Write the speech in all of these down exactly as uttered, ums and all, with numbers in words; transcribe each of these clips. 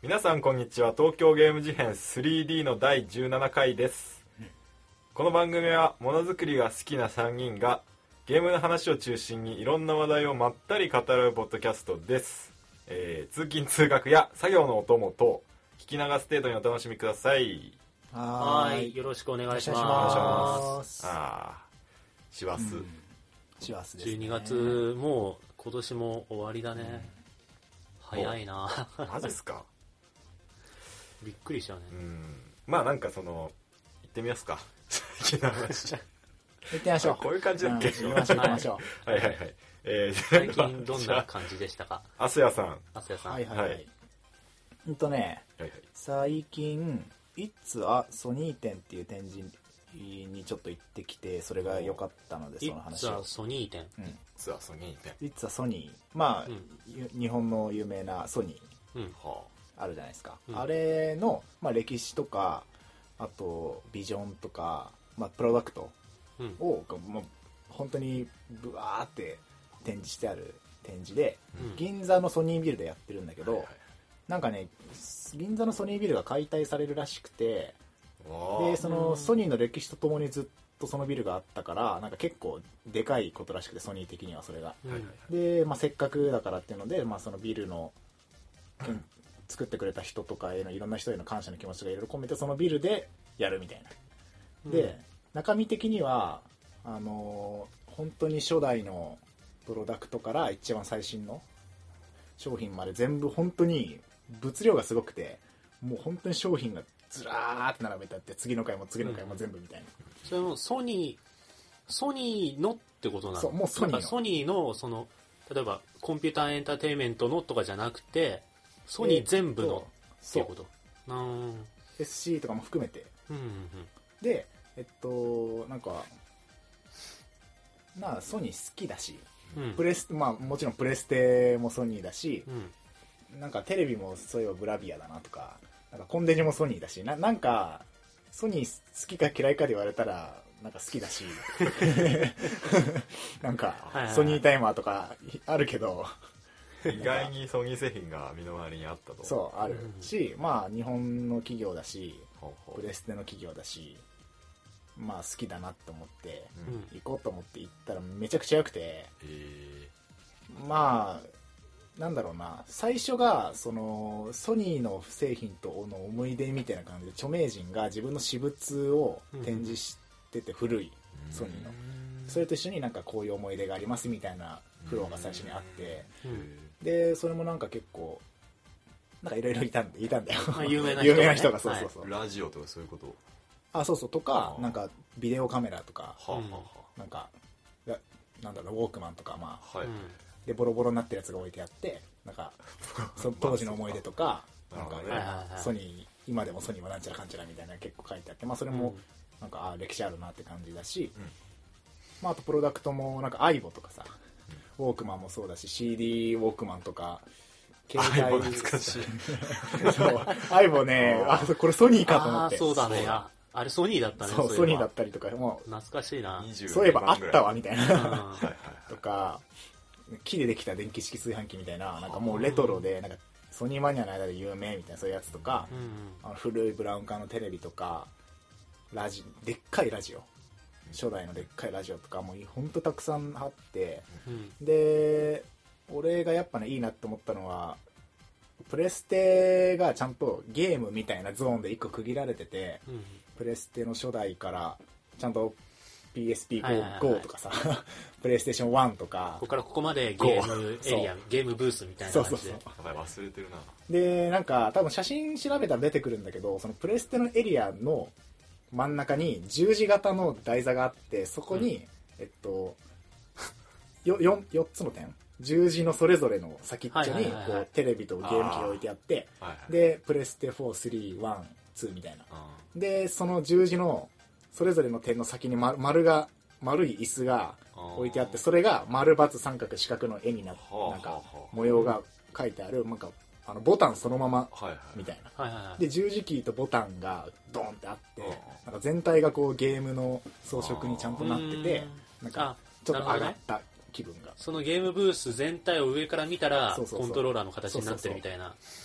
皆さんこんにちは。東京ゲーム事変 スリーディー のだいじゅうななかいです。この番組はものづくりが好きなさんにんがゲームの話を中心にいろんな話題をまったり語るポッドキャストです。えー、通勤通学や作業のお供等聞き流す程度にお楽しみください。 はーい、よろしくお願いします。 お願いします。あー、師走、うん、 師走ですね。 じゅうにがつもう今年も終わりだね、うん、早いな。 マジっすか。 びっくりしたね。 うん、まあなんかその行ってみますか。最近の話。 行ってみましょう。 こういう感じだっけ。 行きましょう行きましょう。はいはいはい。えー、 最近どんな感じでしたか。 アスヤさん。 アスヤさん。 はいはいはい。うんとね、はいはい、最近イッツアソニー展っていう展示にちょっと行ってきて、それが良かったのでその話を。 イッツアソニー展。 うん。イッツアソニー展。 イッツアソニー。まあ、うん、日本の有名なソニー。 うん。はあ。 あるじゃないですか、うん、あれの、まあ、歴史とかあとビジョンとか、まあ、プロダクトを、うん、もう本当にブワーって展示してある展示で、うん、銀座のソニービルでやってるんだけど、はいはい、なんかね銀座のソニービルが解体されるらしくて、でそのソニーの歴史とともにずっとそのビルがあったからなんか結構でかいことらしくて、ソニー的にはそれが、うん、で、まあ、せっかくだからっていうので、まあ、そのビルの作ってくれた人とかへのいろんな人への感謝の気持ちがいろいろ込めてそのビルでやるみたいな。で、うん、中身的にはあのー、本当に初代のプロダクトから一番最新の商品まで全部本当に物量がすごくて、もう本当に商品がずらーって並べてあって、次の回も次の回も全部みたいな、うん、 それもソニーソニーのってことなの。 そう、もうソニーのソニーのその例えばコンピューターエンターテインメントのとかじゃなくてソニー全部のっていうこと。 そう。エスシー とかも含めて。 うんうんうん、 で、えっと、なんか、まあソニー好きだし、うん、プレス、まあもちろんプレステもソニーだし、うん、なんかテレビもそういえばブラビアだなとか、なんかコンデジもソニーだし、な、なんか、ソニー好きか嫌いかで言われたら、なんか好きだし、なんか、ソニータイマーとかあるけど、 意外にソニー製品が身の回りにあったと。 そうあるし、うん、まあ日本の企業だし、ほうほうプレステの企業だし、まあ好きだなと思って、うん、行こうと思って行ったらめちゃくちゃ良くて、まあなんだろうな、最初がそのソニーの製品との思い出みたいな感じで著名人が自分の私物を展示してて、古いソニーの、それと一緒になんかこういう思い出がありますみたいなフロアが最初にあって、でそれもなんか結構なんかいろいろいたんでいたんだよ。 有名な人が、ね、有名な人がそうそうそう、 はい、ラジオとかそういうこと。 あ、そうそうとか、なんかビデオカメラとか、 はあはあ、なんかなんだろうウォークマンとか、まあ、 はい、 でボロボロになってるやつが置いてあって、なんかその当時の思い出とか、なんか、ね、ソニー今でもソニーはなんちゃらかんちゃらみたいな結構書いてあって、まあそれもなんかあ歴史あるなって感じだし、うん、まああとプロダクトもなんかアイボとかさ。ウォークマンもそうだし シーディー ウォークマンとか携帯懐かしい。 そうアイボね、あこれソニーかと思って。 あそうだね、ああれソニーだったね。 そうソニーだったりとかもう懐かしいな。 そういえばあったわみたいなとか、木でできた電気式炊飯器みたいな、なんかもうレトロでなんかソニーマニアの間で有名みたいなそういうやつとか、うん、あの古いブラウン管のテレビとかラジでっかいラジオ、初代のでっかいラジオとかもうほんとたくさんあって、うん、で俺がやっぱねいいなって思ったのはプレステがちゃんとゲームみたいなゾーンでいっこ区切られてて、うん、プレステの初代からちゃんと ピーエスピーゴー とかさプレイステーションワンとかここからここまでゲームエリアゲームブースみたいな感じで、そうそうそうやばい忘れてるな。 でなんか多分写真調べたら出てくるんだけど、そのプレステのエリアの真ん中に十字型の台座があって、そこに、うん、えっと よ, よ, よっつの点十字のそれぞれの先っちょにこうテレビとゲーム機が置いてあって、はいはい、でプレステフォー、スリー、ワン、ツーみたいな、でその十字のそれぞれの点の先に 丸, 丸が丸い椅子が置いてあって、それが丸×三角四角の絵になってなんか模様が書いてある、なんかあのボタンそのままみたいな、はいはいはい、で十字キーとボタンがドンってあって、なんか全体がこうゲームの装飾にちゃんとなってて、なんかちょっと上がった気分が、 そのゲームブース全体を上から見たらコントローラーの形になってるみたいな。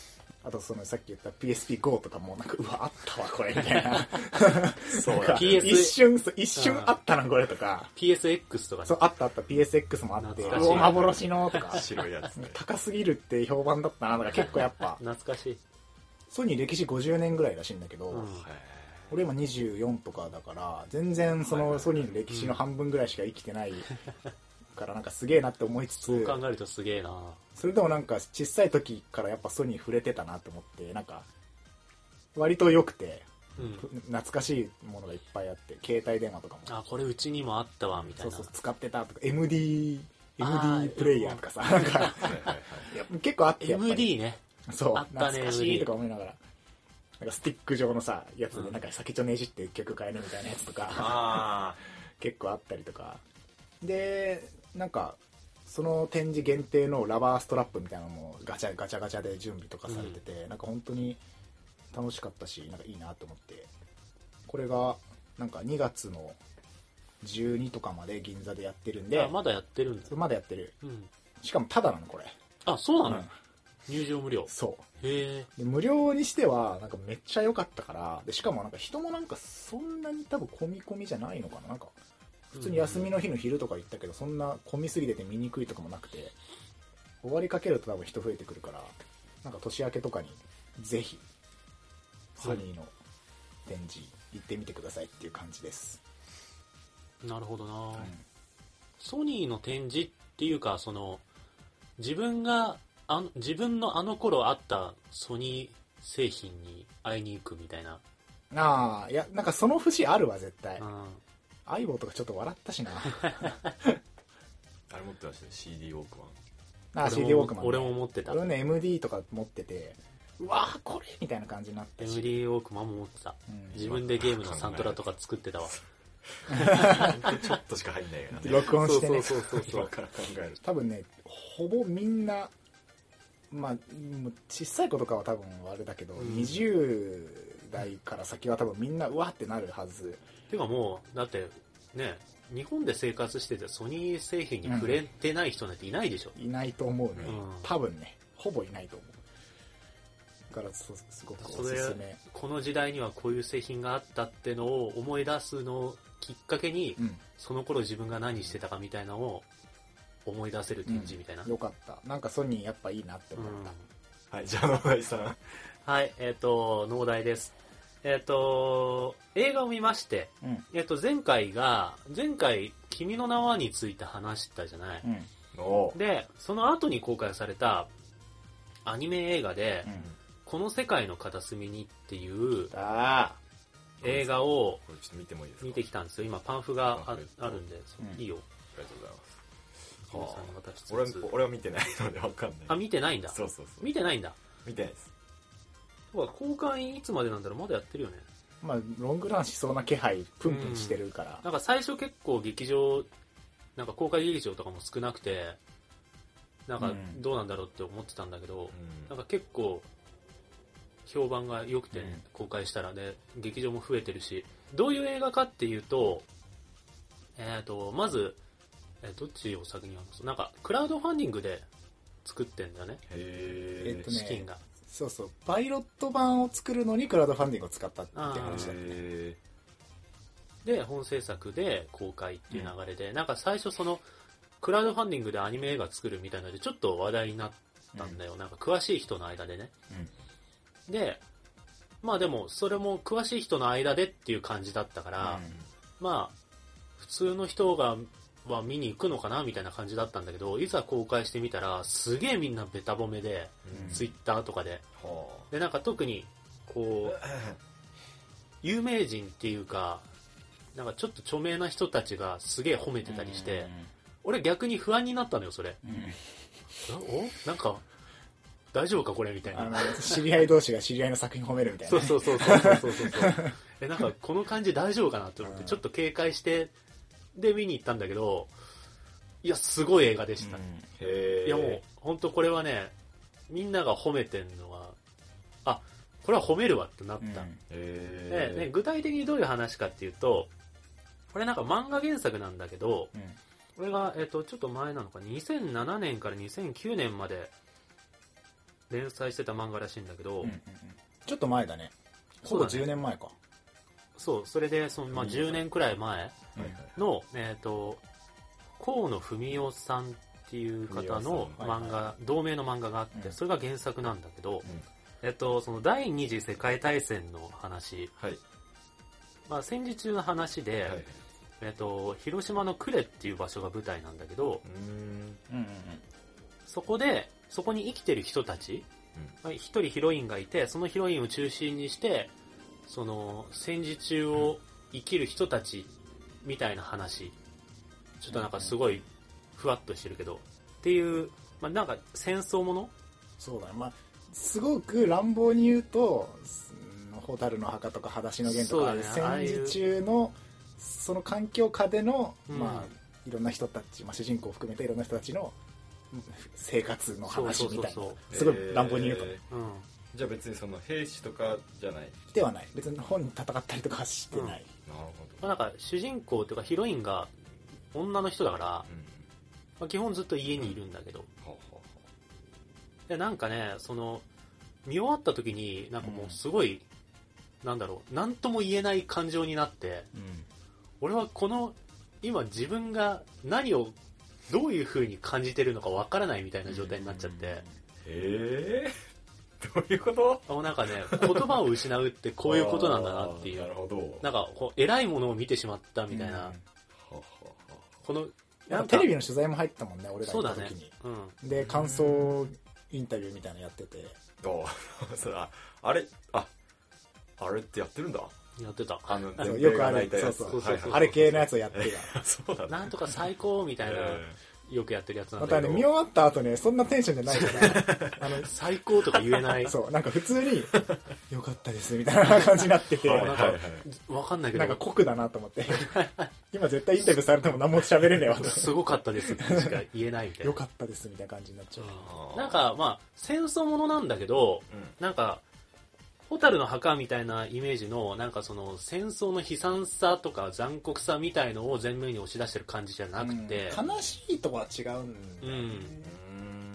あとそのさっき言った ピーエスピーゴー とかもなんかうわあったわこれみたいなそうなんかピーエス一瞬一瞬あったなこれとかピーエスエックス とかね、 そうあったあった ピーエスエックス もあって懐かしいお幻のとか白いやつね高すぎるって評判だったなとか結構やっぱ懐かしい、 ソニー歴史ごじゅうねんぐらいらしいんだけど、 うん俺今にじゅうよんとかだから全然そのソニーの歴史の半分ぐらいしか生きてないからなんかすげえなって思いつつ、 そう考えるとすげえな。 それでもなんか小さい時からやっぱソニー触れてたなと思ってなんか割と良くて、 うん、 懐かしいものがいっぱいあって携帯電話とかもあこれうちにもあったわみたいな、 そうそう使ってたとか エムディー エムディあーー プレイヤーとかさなんかいや結構あってやっぱりエムディー ね、 そうあったね懐かしいとか思いながらなんかスティック状のさやつでなんか先っちょねじって曲変えるみたいなやつとか、 あ結構あったりとかでなんかその展示限定のラバーストラップみたいなのもガチャガチャガチャで準備とかされてて、うん、なんか本当に楽しかったしなんかいいなと思ってこれがなんかにがつのじゅうにとかまで銀座でやってるんであまだやってるんだ、 まだやってる、 うん、 しかもタダなのこれあそうなの、 うん入場無料そうへえ無料にしてはなんかめっちゃ良かったからでしかもなんか人もなんかそんなに多分混み込みじゃないのかななんか普通に休みの日の昼とか行ったけどそんな混みすぎてて見にくいとかもなくて終わりかけると多分人増えてくるからなんか年明けとかにぜひソニーの展示行ってみてくださいっていう感じです、 なるほどな、 うん、 ソニーの展示っていうかその自分があ自分のあの頃あったソニー製品に会いに行くみたいなああいやなんかその節あるわ絶対、 うん、 相棒とかちょっと笑ったしなあれ持ってましたね シーディー ウォークマンああ シーディー ウォークマン、ね、 俺も持ってた俺はね エムディー とか持っててうわーこれみたいな感じになってしエムディー ウォークマンも持ってた、うん、自分でゲームのサントラとか作ってたわちょっとしか入んないからね録音してねそうそうそうそう今から考える多分ねほぼみんなまあもう小さい子とかは多分あれだけど、うん、にじゅう代から先は多分みんなうわってなるはずてかもうだってね日本で生活しててソニー製品に触れてない人なんていないでしょ、 うん、いないと思うね、うん、多分ねほぼいないと思うだからすごくおすすめこの時代にはこういう製品があったってのを思い出すのをきっかけに、うん、その頃自分が何してたかみたいなのを思い出せる展示みたいな、 うん、よかったなんかソニーやっぱいいなって思った、 うん、はいじゃあ野田さんはいえっ、ー、と農大ですえっ、ー、と映画を見まして、うんえー、と前回が前回君の名はについて話したじゃない、うん、でその後に公開されたアニメ映画で、うん、この世界の片隅にっていう映画を見てきたんですよ今パンフが あ, あるんで、うん、いいよありがとうございます俺, 俺は見てないので分かんないあ見てないんだそうそうそう見てないんだ見てないです公開いつまでなんだろうまだやってるよねまあロングランしそうな気配プンプンしてるから、 うん、なんか最初結構劇場なんか公開劇場とかも少なくてなんかどうなんだろうって思ってたんだけど、うん、なんか結構評判が良くて、ね、公開したらね劇場も増えてるしどういう映画かっていうとえっとまずえどっちを先に話すなんかクラウドファンディングで作ってんだねへえっとね資金がそうそうパイロット版を作るのにクラウドファンディングを使ったって話だったねで本制作で公開っていう流れで、うん、なんか最初そのクラウドファンディングでアニメ映画作るみたいなのでちょっと話題になったんだよ、うん、なんか詳しい人の間でね、うん、でまあでもそれも詳しい人の間でっていう感じだったから、うん、まあ普通の人がは見に行くのかなみたいな感じだったんだけどいざ公開してみたらすげえみんなベタ褒めで、うん、ツイッターとかで、でなんか特にこう有名人っていうかなんかちょっと著名な人たちがすげえ褒めてたりして、うん、俺逆に不安になったのよそれ、うん、おなんか大丈夫かこれみたいなあの知り合い同士が知り合いの作品褒めるみたいな、 ね、そうそうそうそうそうそうそうえなんかこの感じ大丈夫かなと思ってちょっと警戒してで見に行ったんだけどいやすごい映画でした、うん、へいやもう本当これはねみんなが褒めてんのはあこれは褒めるわってなった、うん、へで、ね、具体的にどういう話かっていうとこれなんか漫画原作なんだけど、うん、これが、えーと、ちょっと前なのかにせんななねんからにせんきゅうねんまで連載してた漫画らしいんだけど、 うんうんうん、ちょっと前だね。ほぼじゅうねんまえか。 そう、それでその、まあ、じゅうねんくらい前の、えーと、河野文夫さんっていう方の漫画、はいはい、同名の漫画があって、うん、それが原作なんだけど、うん、えっと、その第二次世界大戦の話、はい、まあ、戦時中の話で、はい、えっと、広島の呉っていう場所が舞台なんだけど、うんうんうん、そこでそこに生きてる人たち、うん、一人ヒロインがいて、そのヒロインを中心にしてその戦時中を生きる人たちみたいな話、ちょっとなんかすごいふわっとしてるけどっていう、まあ、なんか戦争もの。 そうだね、まあ、すごく乱暴に言うと蛍の墓とか裸足の弦とか、ね、戦時中のその環境下での、うん、まあ、いろんな人たち、まあ、主人公を含めていろんな人たちの生活の話みたいな、すごい乱暴に言うとね、うん、 じゃあ別にその兵士とかじゃないではない、別に本に戦ったりとかはしてない、うん、なるほど。なんか主人公というかヒロインが女の人だから、うん、まあ、基本ずっと家にいるんだけど、うん、でなんかね、その見終わった時になんかもうすごい、うん、なんだろう、なんとも言えない感情になって、うん、俺はこの今自分が何をどういう風に感じてるのかわからないみたいな状態になっちゃって、うん、へえどういうこと？ もうなんかね、言葉を失うってこういうことなんだなっていう。 なるほど。 なんかこう偉いものを見てしまったみたいな。うん、 このなんかテレビの取材も入ったもんね、俺ら行った時に。そうだね。うん、で感想インタビューみたいなのやってて。 おそれあれああれってやってるんだ。 やってた。 あのよくあるそうそうそうそう、あれ系のやつをやってた。 そうだね。なんとか最高みたいな。えーよくやってるやつなんだけど、 またね、見終わった後ね、そんなテンションじゃないからあの最高とか言えないそう、なんか普通によかったですみたいな感じになっててなんか分かんないけどなんか酷だなと思って今絶対インタビューされても何も喋れねえわとすごかったですってしか言えないみたいなよかったですみたいな感じになっちゃう。なんかまあ戦争ものなんだけど、うん、なんか蛍の墓みたいなイメージのなんかその戦争の悲惨さとか残酷さみたいのを前面に押し出してる感じじゃなくて、 うん、悲しいとは違うんだよね、 うん、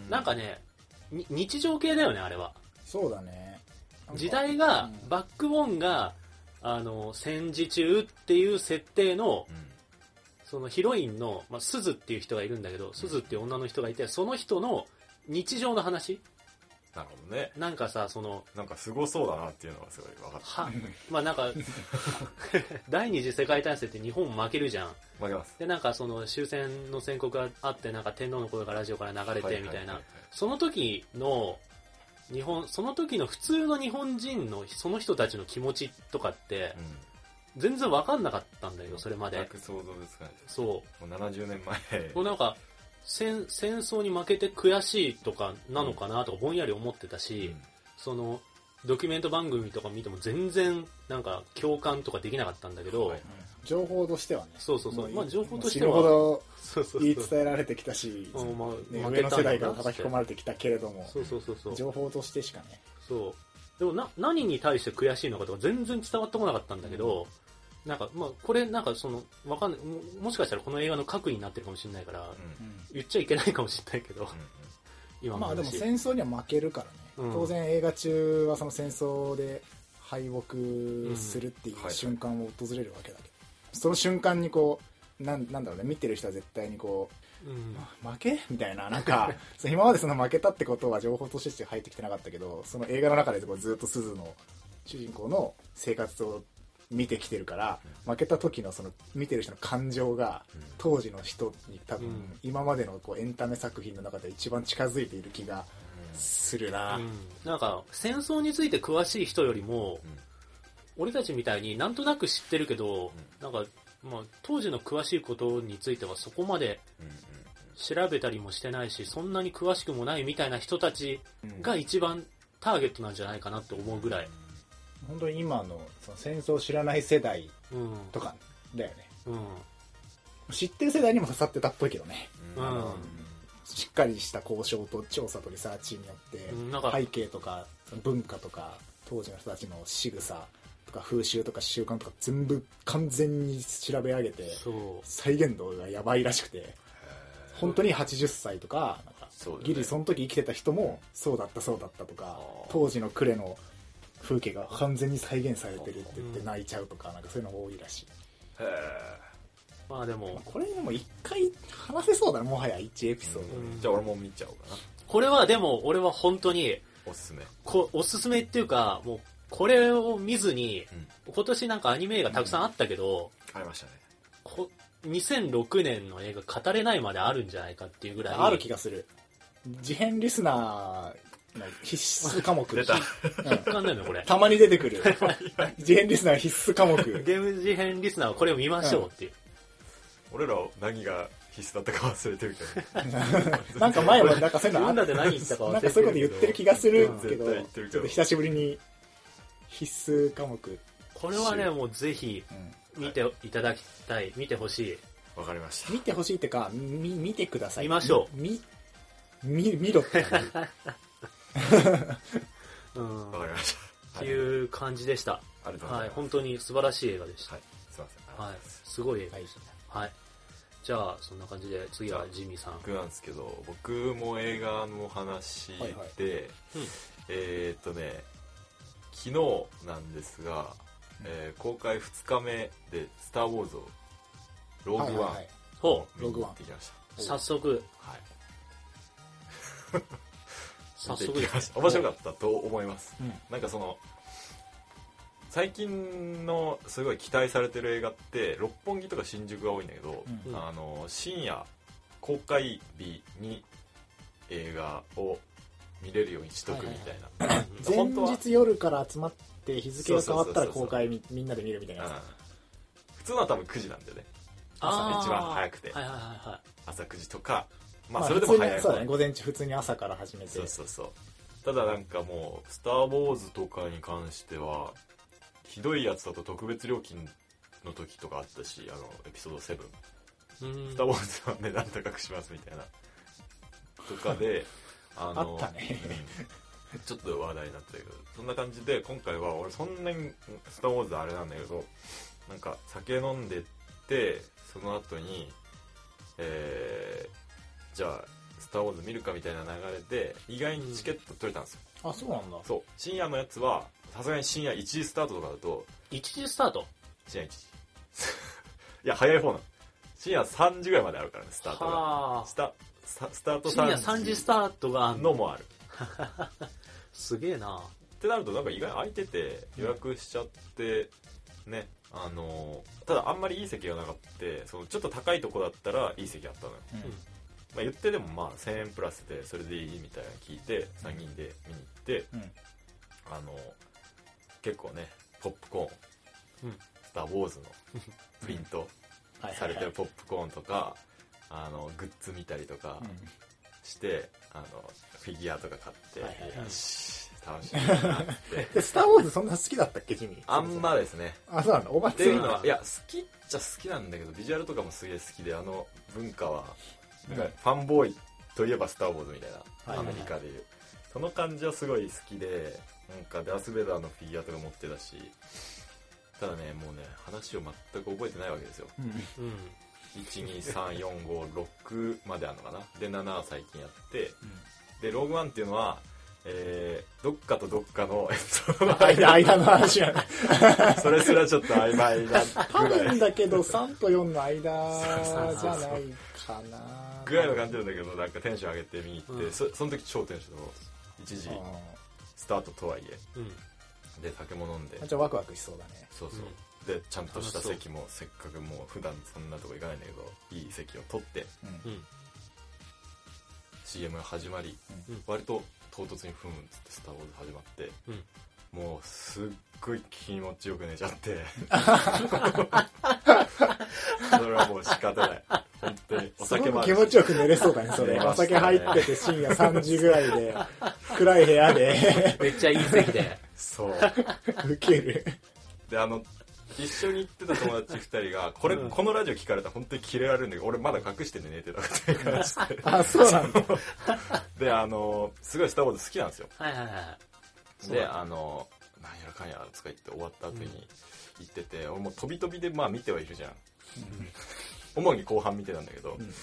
なんかね日常系だよねあれは。 そうだね。 時代が、うん、バックボーンがあの戦時中っていう設定の、うん、そのヒロインの、まあ、鈴っていう人がいるんだけど、鈴っていう女の人がいて、その人の日常の話。 なるほどね。 なんかさ、そのなんかすごそうだなっていうのがすごい分かった。 はまあなんか第二次世界大戦って日本負けるじゃん。 負けます。 でなんかその終戦の宣告があって、なんか天皇の声がラジオから流れてみたいな、その時の日本、その時の普通の日本人のその人たちの気持ちとかって、うん、全然分かんなかったんだよそれまで。 全く想像ですかね。 そう。 もうななじゅうねんまえ。 もうなんか。戦, 戦争に負けて悔しいとかなのかなとかぼんやり思ってたし、うん、そのドキュメント番組とか見ても全然なんか共感とかできなかったんだけど、はい、 情報としてはね。 そうそうそう。まあ情報としては死ぬほど言い伝えられてきたし、そうそうそう、まあね、上の世代から叩き込まれてきたけれども、 そうそうそうそう、 情報としてしかね。 そう。でもな何に対して悔しいのかとか全然伝わってこなかったんだけど。うん、なんかまあこれなんかそのわかんない、 も, もしかしたらこの映画の核になってるかもしれないから、うん、言っちゃいけないかもしれないけど、うん、 今まあでも戦争には負けるからね、うん、当然映画中はその戦争で敗北するっていう瞬間を訪れるわけだけど、うんはい、その瞬間にこう な, なんだろうね、見てる人は絶対にこう、うんま、負けみたいな、なんか今までその負けたってことは情報として入ってきてなかったけど、その映画の中でこうずっと鈴の主人公の生活を見てきてるから、負けた時のその見てる人の感情が当時の人に多分今までのこうエンタメ作品の中で一番近づいている気がするな、うん、 なんか戦争について詳しい人よりも、うん、俺たちみたいになんとなく知ってるけど、うん、なんか、まあ、当時の詳しいことについてはそこまで調べたりもしてないし、そんなに詳しくもないみたいな人たちが一番ターゲットなんじゃないかなって思うぐらい、 本当に今 の, その戦争を知らない世代とかだよね、うん、知ってる世代にも刺さってたっぽいけどね、うん、あのしっかりした交渉と調査とリサーチによって、うん、なんか背景とか文化とか当時の人たちの仕草とか風習とか習慣とか全部完全に調べ上げて再現度がやばいらしくて、本当にはちじゅっさいとか、なんかそうだね、 ギリその時生きてた人もそうだったそうだったとか、当時の呉の風景が完全に再現されてるって言って泣いちゃうとか、なんかそういうのが多いらしい。 へえ。 まあでもこれでも一回話せそうだな、もはやいちエピソード、 うん、じゃあ俺も見ちゃおうかな。 これはでも俺は本当におすすめこおすすめっていうか、もうこれを見ずに、うん、今年なんかアニメ映画たくさんあったけど、 うん、ありましたね。 こにせんろくねんの映画語れないまであるんじゃないかっていうぐらいある気がする。事変リスナーの必須科目出た、 必須なんだよこれたまに出てくる事変リスナー必須科目ゲーム事変リスナーはこれを見ましょうっていう、 うん、俺ら何が必須だったか忘れてるけどなんか前もなんかそういうのあったで何言ったか忘れてるけどなんかそういうこと言ってる気がするけど、 うん、ちちょっと久しぶりに必須科目これはねもうぜひ見ていただきたい、見てほしい。 わかりました。 見てほしいってかみ見てください。 見ましょう。み見見ろって。 うん。 わかりました。 っていう感じでした。 ありがとうございます。 はい、本当に素晴らしい映画でした。 はい、すいません。 はい、すごい映画でしたね。はい。じゃあそんな感じで次はジミーさん。 僕なんですけど、僕も映画の話で、はいはい、うん、えー、っとね昨日なんですが、えー、公開ふつかめでスター・ウォーズをローグワンを見に行ってきました。 早速、 はい、 早速見てきました。面白かったと思います、うん、なんかその最近のすごい期待されてる映画って六本木とか新宿が多いんだけど、うん、あの深夜公開日に映画を見れるようにしとくみたいな、はいはいはい、 前日夜から集まって日付が変わったら公開みみんなで見るみたいな、うん、 普通のは多分くじなんでね、朝一番早くて、 はいはいはいはい、 朝くじとか、まあそれでも早い、 そうだね、午前中普通に朝から始めて、 そうそうそう。ただなんかもうスター・ウォーズとかに関してはひどいやつだと特別料金の時とかあったし、あのエピソードセブン、スター・ウォーズは値段高くしますみたいなとかであのあったねちょっと話題になったけど、そんな感じで今回は俺そんなにスター・ウォーズあれなんだけど、なんか酒飲んでってその後に、えー、じゃあスター・ウォーズ見るかみたいな流れで意外にチケット取れたんですよ、 うん、あ、そうなんだ。 そう、深夜のやつはさすがに深夜いちじスタートとかだといちじスタート深夜いちじいや早い方なの。深夜さんじぐらいまであるからね、スタートが。スタスタートさんじ深夜さんじスタートがあるのもあるすげえなってなるとなんか意外空いてて予約しちゃってね、あのただあんまりいい席がなかった、そのちょっと高いとこだったらいい席あったのよ、うん、まあ、言ってでもまあせんえんプラスでそれでいいみたいなの聞いてさんにんで見に行って、うん、あの結構ねポップコーン、うん、スター・ウォーズのプリントされてるポップコーンとかあのグッズ見たりとかして、うん、あのフィギュアとか買って、はいはいはい、よし楽しみだなってスター・ウォーズそんな好きだったっけ、ジミー。 あんまですね。 あ、そうなんだ。おばっていうのは、いや好きっちゃ好きなんだけどビジュアルとかもすげえ好きで、あの文化はなんかファンボーイといえばスター・ウォーズみたいな、うん、アメリカでいう、はいはいはい、その感じはすごい好きで、なんかダース・ベイダーのフィギュアとか持ってたし、ただねもうね話を全く覚えてないわけですよ、うん、いちにさんよんごろくまであるのかな、でななは最近やって、うん、でローグワンっていうのは、えー、どっかとどっかのエピソードの間間の話やねそれすらちょっと曖昧な多分だけどさんとよんの間じゃないかなぐらいの感じなんだけど、なんかテンション上げて見に行って、うん、そ, その時超テンションの一時スタートとはいえ、うん、で酒も飲んでじゃあワクワクしそうだね。 そうそう、うん、でちゃんとした席もせっかくもう普段そんなとこ行かないんだけどいい席を取って、うん、シーエム が始まり、うん、割と唐突にフーンっつってスター・ウォーズ始まって、うん、もうすっごい気持ちよく寝ちゃってそれはもう仕方ない、本当にお酒もあるしすごく気持ちよく寝れそうだねそれ、ね、お酒入ってて深夜さんじぐらいで暗い部屋でめっちゃいい席でそうウケるで、あの一緒に行ってた友達ふたりがこれ、うん、このラジオ聞かれたら本当にキレられるんだけど俺まだ隠して寝てたっていう感じであ、そうなんだで、あのすごいスター・ウォーズ好きなんですよ、 はいはいはい、 で、あのなんやらかんやらとか言って終わった後に行ってて、うん、俺もう飛び飛びでまあ見てはいるじゃん、うん、主に後半見てたんだけど、うん、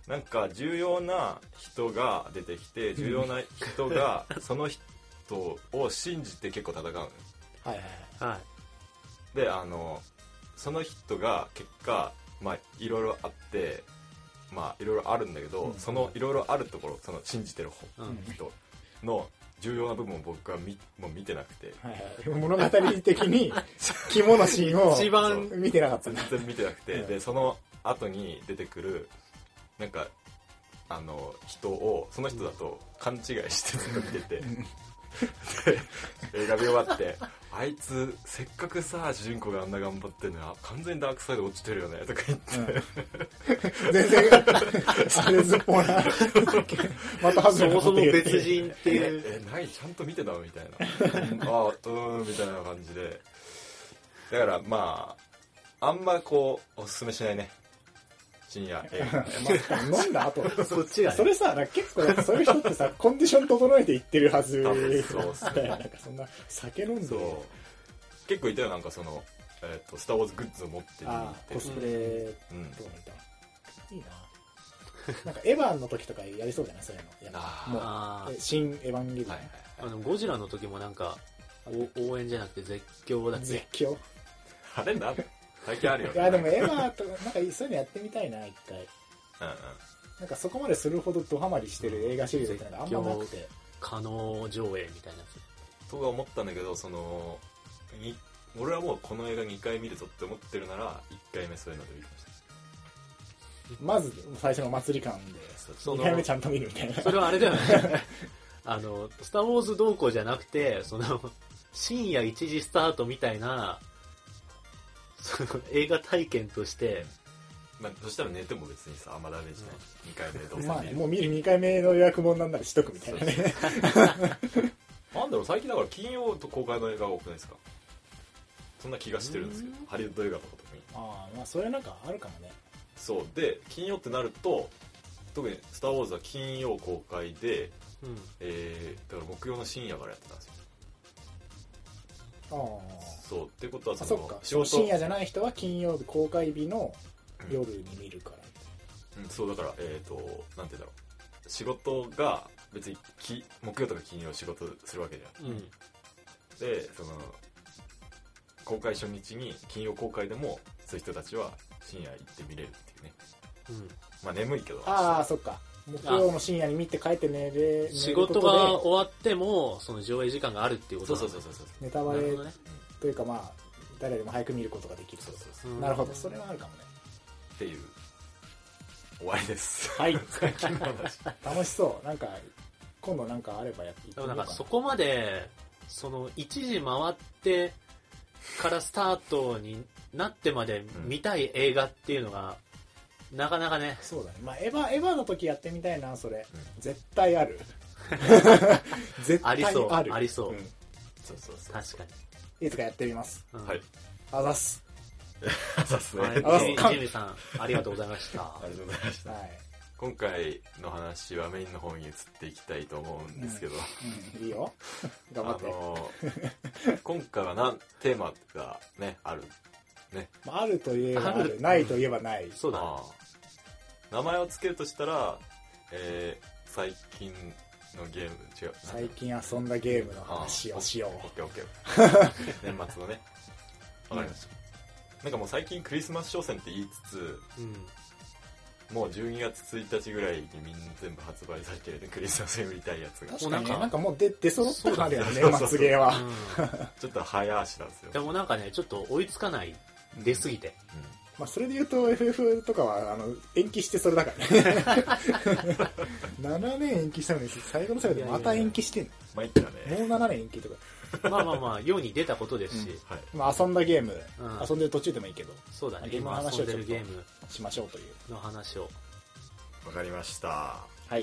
なんか重要な人が出てきて重要な人がその人を信じて結構戦うのよ。 はいはいはいであのその人が結果まあいろいろあってまあいろいろあるんだけど、うん、そのいろいろあるところその信じてる人の重要な部分を僕は見もう見てなくて、 はいはい、物語的に肝のシーンを一番見てなかった全然見てなくて、うん、でその後に出てくるなんかあの人をその人だと勘違いしてずっと見ててで映画見終わってあいつせっかくさ主人公があんな頑張ってんのに完全にダークサイド落ちてるよねとか言って、 うん、全然あれずっぽなまたそもそも別人っていうええ何ちゃんと見てたのみたいなああうんみたいな感じでだからまああんまこうおすすめしないね深夜映画まあ、飲んだ後そっちが、ね、 それさ結構そういう人ってさコンディション整えていってるはずそうっすねなんかそんな酒飲んで結構いたよなんかその、えー、とスター・ウォーズグッズを持ってるコスプレとかもいた、うん、いいななんかエヴァンの時とかやりそうじゃないそういうのやもう新エヴァンゲリオン、はいはい、あのゴジラの時もなんか応援じゃなくて絶叫だっけ絶叫あれなん最近あるよね。 いやでもエヴァとかなんかそういうのやってみたいな一回。 うんうん。 なんかそこまでするほどドハマりしてる映画シリーズってのがあんまなくて。 可能上映みたいなやつ。とか思ったんだけどその俺はもうこの映画にかい見るぞって思ってるならいっかいめそういうので見てました。まず最初の祭り感でにかいめちゃんと見るみたいな。 それはあれだよね。あのスター・ウォーズ同行じゃなくてその深夜いちじスタートみたいな。その映画体験として、 まあ、そしたら寝ても別にさあんまダメージない、うん、にかいめでどうせまあ、ね、もう見るにかいめの予約本なんならしとくみたいなねなんだろう最近だから金曜と公開の映画が多くないですかそんな気がしてるんですけどハリウッド映画とか特にああまあそれなんかあるかもねそうで金曜ってなると特にスター・ウォーズは金曜公開で、うんえー、だから木曜の深夜からやってたんですよあそうってことはそのあそっか深夜じゃない人は金曜日公開日の夜に見るから、 うんうん、そうだからえっ、ー、となんて言うんだろう仕事が別にき木曜とか金曜仕事するわけじゃん、うん、でその公開初日に金曜公開でもそういう人たちは深夜行って見れるっていうね、うん、まあ眠いけどああそっか木曜の深夜に見て帰って寝れ仕事が終わってもその上映時間があるっていうことそうそうそうそうネタバレ、ね、というかまあ誰よりも早く見ることができるそうそうそうなるほどそれはあるかもねっていう終わりですはい楽しそうなんか今度なんかあればやっていいでもなんかそこまでそのいちじ回ってからスタートになってまで見たい映画っていうのが、うん、なかなかねそうだねまあエヴァエヴァの時やってみたいなそれ、うん、絶対ある絶対あるありそうありそう、うん、 そうそうそう確かにいつかやってみます、 うん、はいあざっすあざっすねジェミーさんありがとうございましたありがとうございました、はい、今回の話はメインの方に移っていきたいと思うんですけど、 うんうん、いいよ頑張って、あのー、今回はなんテーマがねあるね、 あるといえばある、あるないといえばない、 そうだ、ね、 名前をつけるとしたら、えー、最近のゲーム違う最近遊んだゲームの話をしようオッケーオッケー年末のねわかりました、うん、なんかもう最近クリスマス商戦って言いつつ、うん、もうじゅうにがつついたちぐらいにみんな全部発売されてるねクリスマスに売りたいやつが確かに、ね、なんかもう出出揃ってあるよね年末ゲーは、 うん、ちょっと早足なんですよでもなんかねちょっと追いつかない出すぎて、 うんまあ、それで言うと エフエフ とかはあの延期してそれだからねななねん延期したのに最後の最後でまた延期してんの参ったねもうななねん延期とかまあまあまあ世に出たことですし、うんはいまあ、遊んだゲーム、うん、遊んでる途中でもいいけどそうだねゲームの話をちょっとゲームしましょうというの話をわかりましたはい、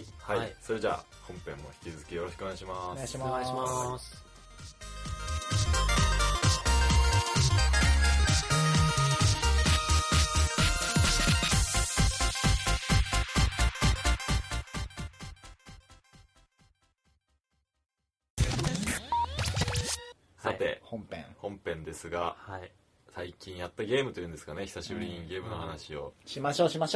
はいはい、それじゃあ本編も引き続きよろしくお願いしますお願いします、 お願いしますさて、 はい、本編本編ですが、はい、最近やったゲームというんですかね久しぶりにゲームの話を、 うん、しましょうしましょ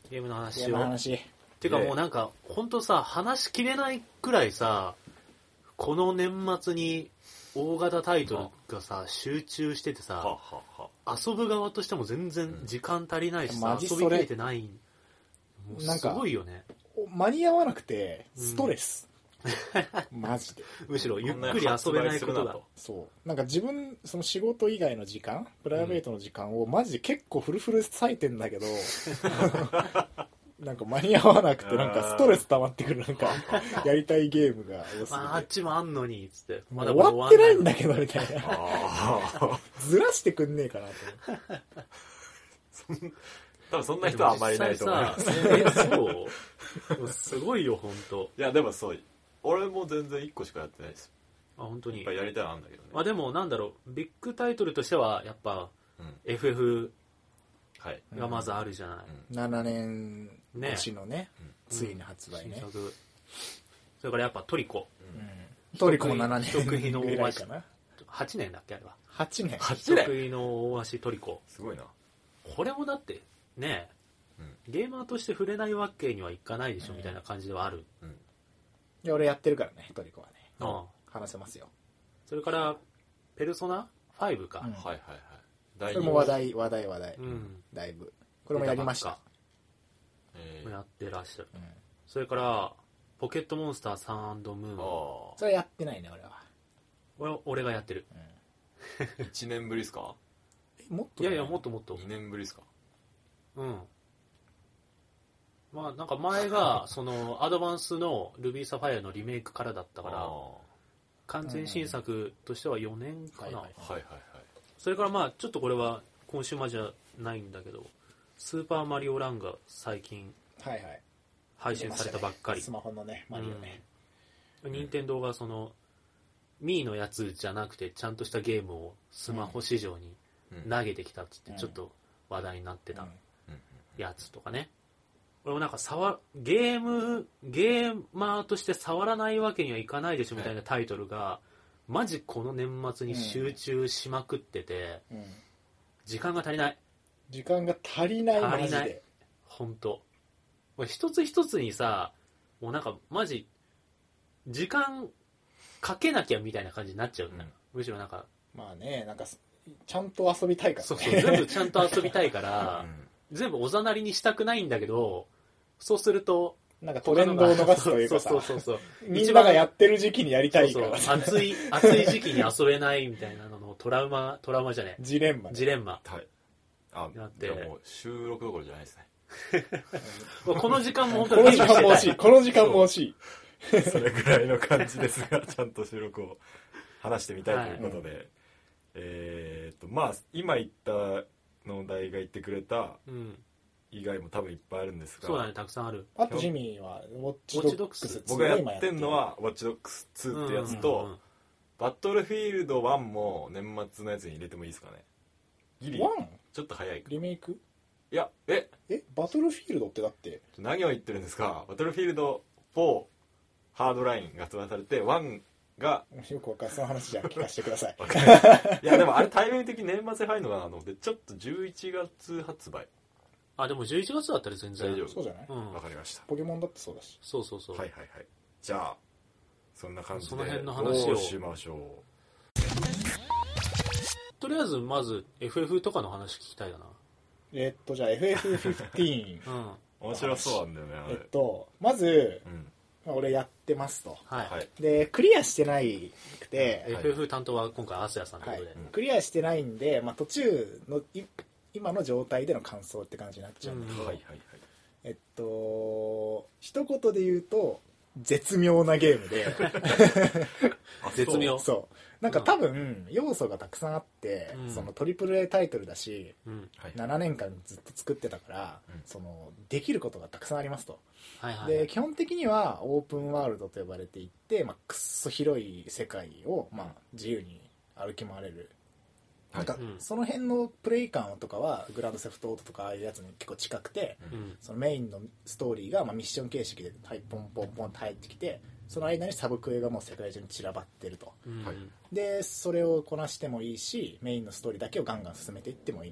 ゲームの話を。 ゲームの話。 てかもうなんか、ほんとさ、話しきれないくらいさ、この年末に大型タイトルがさ、集中しててさ、 ははは遊ぶ側としても全然時間足りないしさ、 マジそれ遊びきれてない。もうすごいよね。 間に合わなくて、ストレス。うん、マジで。 むしろゆっくり遊べないことだ。 そう。なんか自分、その仕事以外の時間、プライベートの時間をマジで結構フルフル割いてんだけど、なんか間に合わなくて、なんかストレス溜まってくる、なんか、やりたいゲームが多すぎて。 あっちもあんのに、つって。 まだ終わってないんだけど、みたいな。ずらしてくんねえかなと思って。 多分そんな人はあんまりいないと思います。 え、そうすごいよ、ほんと。 いや、でもそう、俺も全然いっこしかやってないです。 あ、本当に。 いっぱいやりたいのあるんだけどね。 まあでも、なんだろう、ビッグタイトルとしては、やっぱ、うん、エフエフ がまずあるじゃない。 うん、ななねん越しのね、ねうん、ついに発売ね、うん。 それからやっぱトリコ。 うん、トリコもななねん人食いの大足。はちねんだっけあれは。 はちねん。 人食いの大足トリコ。 すごいな。 これもだって、ねえ、うん、ゲーマーとして触れないわけにはいかないでしょ、うん、みたいな感じではある。うん、 いや俺やってるからね、トリコはね。うん、話せますよ。 それから、ペルソナファイブか。 うん、はいはいはい。 これも話題、話題、話題。うん、だいぶ。これもやりました。 えー、やってらっしゃる。うん、それから、ポケットモンスターサン&ムーン。 それやってないね、俺は。 俺俺がやってる。 うん、いちねんぶりですか？ え、もっと、 いやいや、もっともっと。 にねんぶりですか？ うん。まあなんか前がそのアドバンスのルビーサファイアのリメイクからだったから完全新作としてはよねんかな。はいはいはい。それからまあちょっとこれは今週までじゃないんだけど、スーパーマリオランが最近配信されたばっかり。 スマホのねマリオね。 任天堂がそのミーのやつじゃなくてちゃんとしたゲームをスマホ市場に投げてきたっつってちょっと話題になってたやつとかね。俺もなんか触ゲームゲーマーとして触らないわけにはいかないでしょみたいなタイトルがマジこの年末に集中しまくってて、うんうん、時間が足りない時間が足りないマジで足りない本当一つ一つにさもうなんかマジ時間かけなきゃみたいな感じになっちゃうんだ、うん、むしろなんかまあねなんかちゃんと遊びたいからねそうそう全部ちゃんと遊びたいから、うん、全部おざなりにしたくないんだけどそうするとなんかトレンドを逃すというかさそうそうそうそうみんながやってる時期にやりたいからそうそう暑い暑い時期に遊べないみたいなののトラウマトラウマじゃねえジレンマ、ね、 ジレンマはいあでも収録どころじゃないですねこの時間も本当にこの時間も欲しいこの時間も欲しいそれぐらいの感じですがちゃんと収録を話してみたいということで、はい、えー、っとまあ今言ったの大が言ってくれた、うん以外も多分いっぱいあるんですがそうだねたくさんあるあとジミーはウォッチドックス僕がやってんのはウォッチドックスツーってやつと、うんうんうん、バトルフィールドワンも年末のやつに入れてもいいですかねギリワンちょっと早いかリメイクいやええバトルフィールドってだって何を言ってるんですかバトルフィールドフォーハードラインが発売されてワンがよくわかんないその話じゃ聞かせてくださいいやでもあれタイミング的に年末に入るのかなと思ってちょっとじゅういちがつ発売あでもじゅういちがつだったら全然大丈夫そうじゃないわ、うん、かりましたポケモンだってそうだしそうそうそうはいはいはいじゃあそんな感じでその辺の話をどうしましょうとりあえずまず エフエフ とかの話聞きたいよなえっとじゃあ エフエフフィフティーン、 うん、面白そうなんだよねあれえっとまず、うんまあ、俺やってますと、 はい、 でクリアしてないくて、 はい、エフエフ 担当は今回アスヤさんということで、はい、 クリアしてないんで、まあ、途中の今の状態での感想って感じになっちゃうんだけど、うんはいはいはい、えっと一言で言うと絶妙なゲームで絶妙そうなんか多分要素がたくさんあって、うん、そのトリプル A タイトルだし、うん、ななねんかんずっと作ってたから、うん、そのできることがたくさんありますと、はいはいはい、で基本的にはオープンワールドと呼ばれていて、まあ、くっそ広い世界を、まあ、自由に歩き回れるなんかその辺のプレイ感とかはグランドセフトオートとかああいうやつに結構近くて、うん、そのメインのストーリーがまあミッション形式でポンポンポンと入ってきてその間にサブクエがもう世界中に散らばってると、うん、でそれをこなしてもいいしメインのストーリーだけをガンガン進めていってもいいみたいな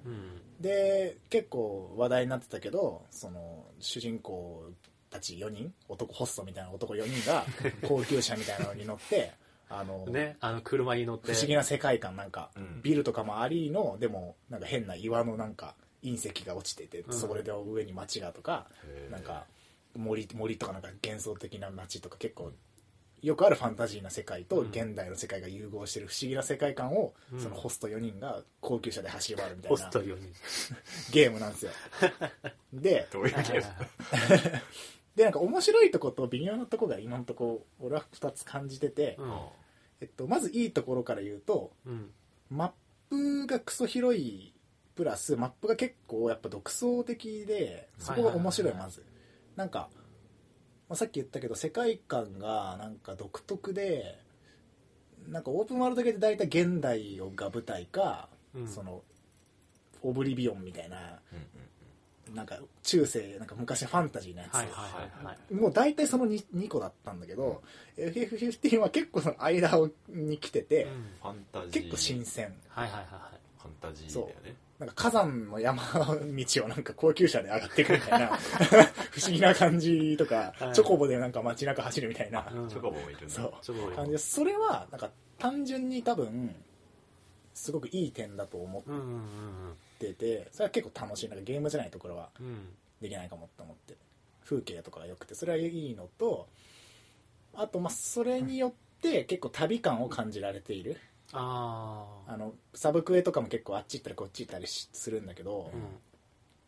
うん、 で結構話題になってたけど、その主人公たちよにん、男ホストみたいな男よにんが高級車みたいなのに乗ってあの、 ね、あの車に乗って不思議な世界観、なんか、 うん、 ビルとかもありの、でもなんか変な岩のなんか隕石が落ちてて、そこで上に街がとか、うん、なんか森森とかなんか幻想的な街とか、結構よくあるファンタジーな世界と現代の世界が融合してる不思議な世界観を、うん、そのホストよにんが高級車で走り回るみたいな、ホストよにんゲームなんですよ。で、 どういうゲームで、なんか面白いとこと微妙なとこが今のとこ俺はふたつ感じてて、うん、えっと、まずいいところから言うと、うん、マップがクソ広いプラスマップが結構やっぱ独創的で、そこが面白い。まずなんか、まあ、さっき言ったけど世界観がなんか独特で、なんかオープンワールド系で大体現代が舞台か、うん、そのオブリビオンみたいな、うん、なんか中世なんか昔ファンタジーなやつ、はいはいはい、もう大体その 2, にこだったんだけど、うん、エフエフフィフティーン は結構その間に来てて、うん、 ファンタジー結構新鮮、 はいはいはい、 ファンタジーだよね。 なんか火山の山道をなんか高級車で上がっていくみたいな不思議な感じとか、はい、チョコボでなんか街中走るみたいな、 うん、チョコボもいるんだ。 そう感じで、それはなんか単純に多分すごくいい点だと思ってて、それは結構楽しい。なんかゲームじゃないところはできないかもって思って、風景とかが良くてそれはいいのと、あとまあそれによって結構旅感を感じられている。ああのサブクエとかも結構あっち行ったりこっち行ったりするんだけど、うん、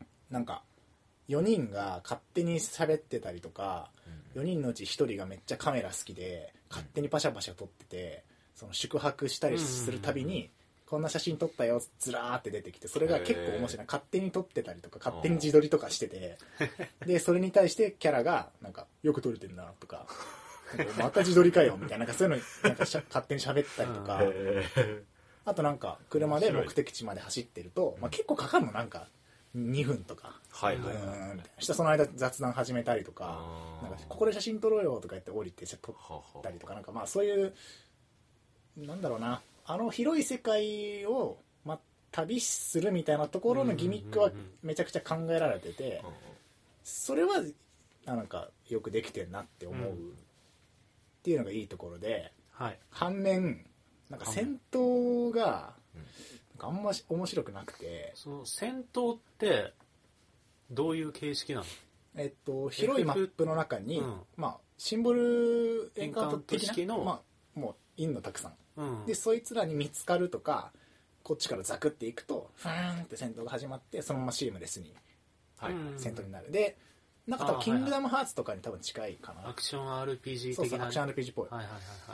なんかよにんが勝手に喋ってたりとか、うん、よにんのうちひとりがめっちゃカメラ好きで勝手にパシャパシャ撮ってて、その宿泊したりするたびに、こんな写真撮ったよずらーって出てきて、それが結構面白い。勝手に撮ってたりとか勝手に自撮りとかしてて、でそれに対してキャラがなんかよく撮れてるなとかまた自撮りかよみたいな、なんかそういうのなんか勝手に喋ったりとか、あとなんか車で目的地まで走ってると、まあ、結構かかるの、なんかにふんとか、はいはいはい、うんしたその間雑談始めたりとか、なんかここで写真撮ろうよとか言って降りて撮ったりとか、なんかまあそういうなんだろうな、あの広い世界を、まあ、旅するみたいなところのギミックはめちゃくちゃ考えられてて、それはなんかよくできてるなって思うっていうのがいいところで、はい、反面なんか戦闘がなんかあんまし面白くなくて、 その戦闘ってどういう形式なの？ えっと広いマップの中に、うん、まあシンボルエンカウント的な式の、 まあ、もういんのたくさん、うん、でそいつらに見つかるとか、こっちからザクっていくとフーンって戦闘が始まって、そのままシームレスに、はい、戦闘になる。でなんか多分キングダムハーツとかに多分近いかな、 アクション アールピージー 的な。 そうそう、アクション アールピージー っぽい、 はいはいはいはい、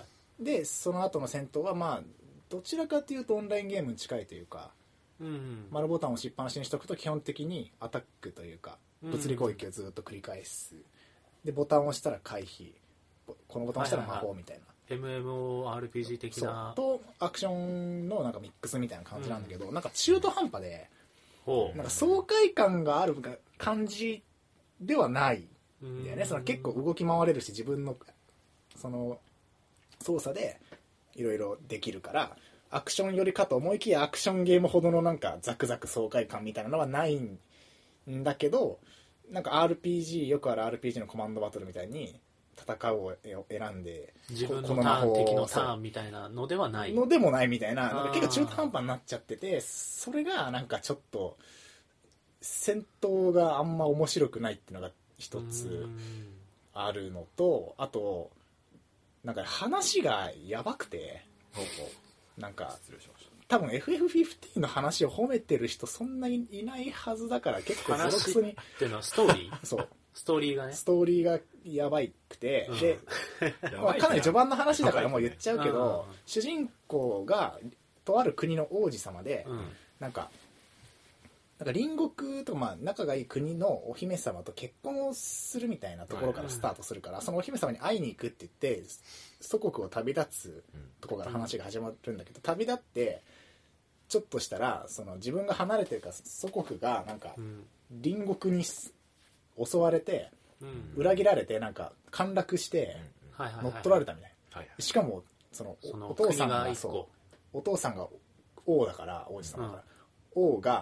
でその後の戦闘はまあどちらかというとオンラインゲームに近いというか、うんうん、丸ボタンを押しっぱなしにしておくと基本的にアタックというか物理攻撃をずっと繰り返す、でボタンを押したら回避、このボタンを押したら魔法みたいな、 はいはいはい、エムエムオーアールピージー 的なとアクションのなんかミックスみたいな感じなんだけど、うん、なんか中途半端で、うん、なんか爽快感がある感じではないんだよね。その結構動き回れるし自分のその操作でいろいろできるからアクションよりかと思いきやアクションゲームほどのなんかザクザク爽快感みたいなのはないんだけど、なんか アールピージー よくある アールピージー のコマンドバトルみたいに戦うを選んで自分のターン敵のターンみたいなのではないのでもないみたいな、なんか結構中途半端になっちゃってて、それがなんかちょっと戦闘があんま面白くないっていうのが一つあるのと、あとなんか話がやばくて、なんか多分 エフエフフィフティーン の話を褒めてる人そんなにいないはずだから、結構話っていうのはストーリーそうストーリーがねストーリーがやばいくて、うん、で、まあ、かなり序盤の話だからもう言っちゃうけど、うん、主人公がとある国の王子様で、うん、なんかなんか隣国とか、まあ、仲がいい国のお姫様と結婚をするみたいなところからスタートするから、そのお姫様に会いに行くって言って祖国を旅立つところから話が始まるんだけど、旅立ってちょっとしたらその自分が離れてるから祖国がなんか隣国に襲われて裏切られてなんか陥落して乗っ取られたみたいな。しかもそのお父さんがそうお父さんが王だから王子様だから、王が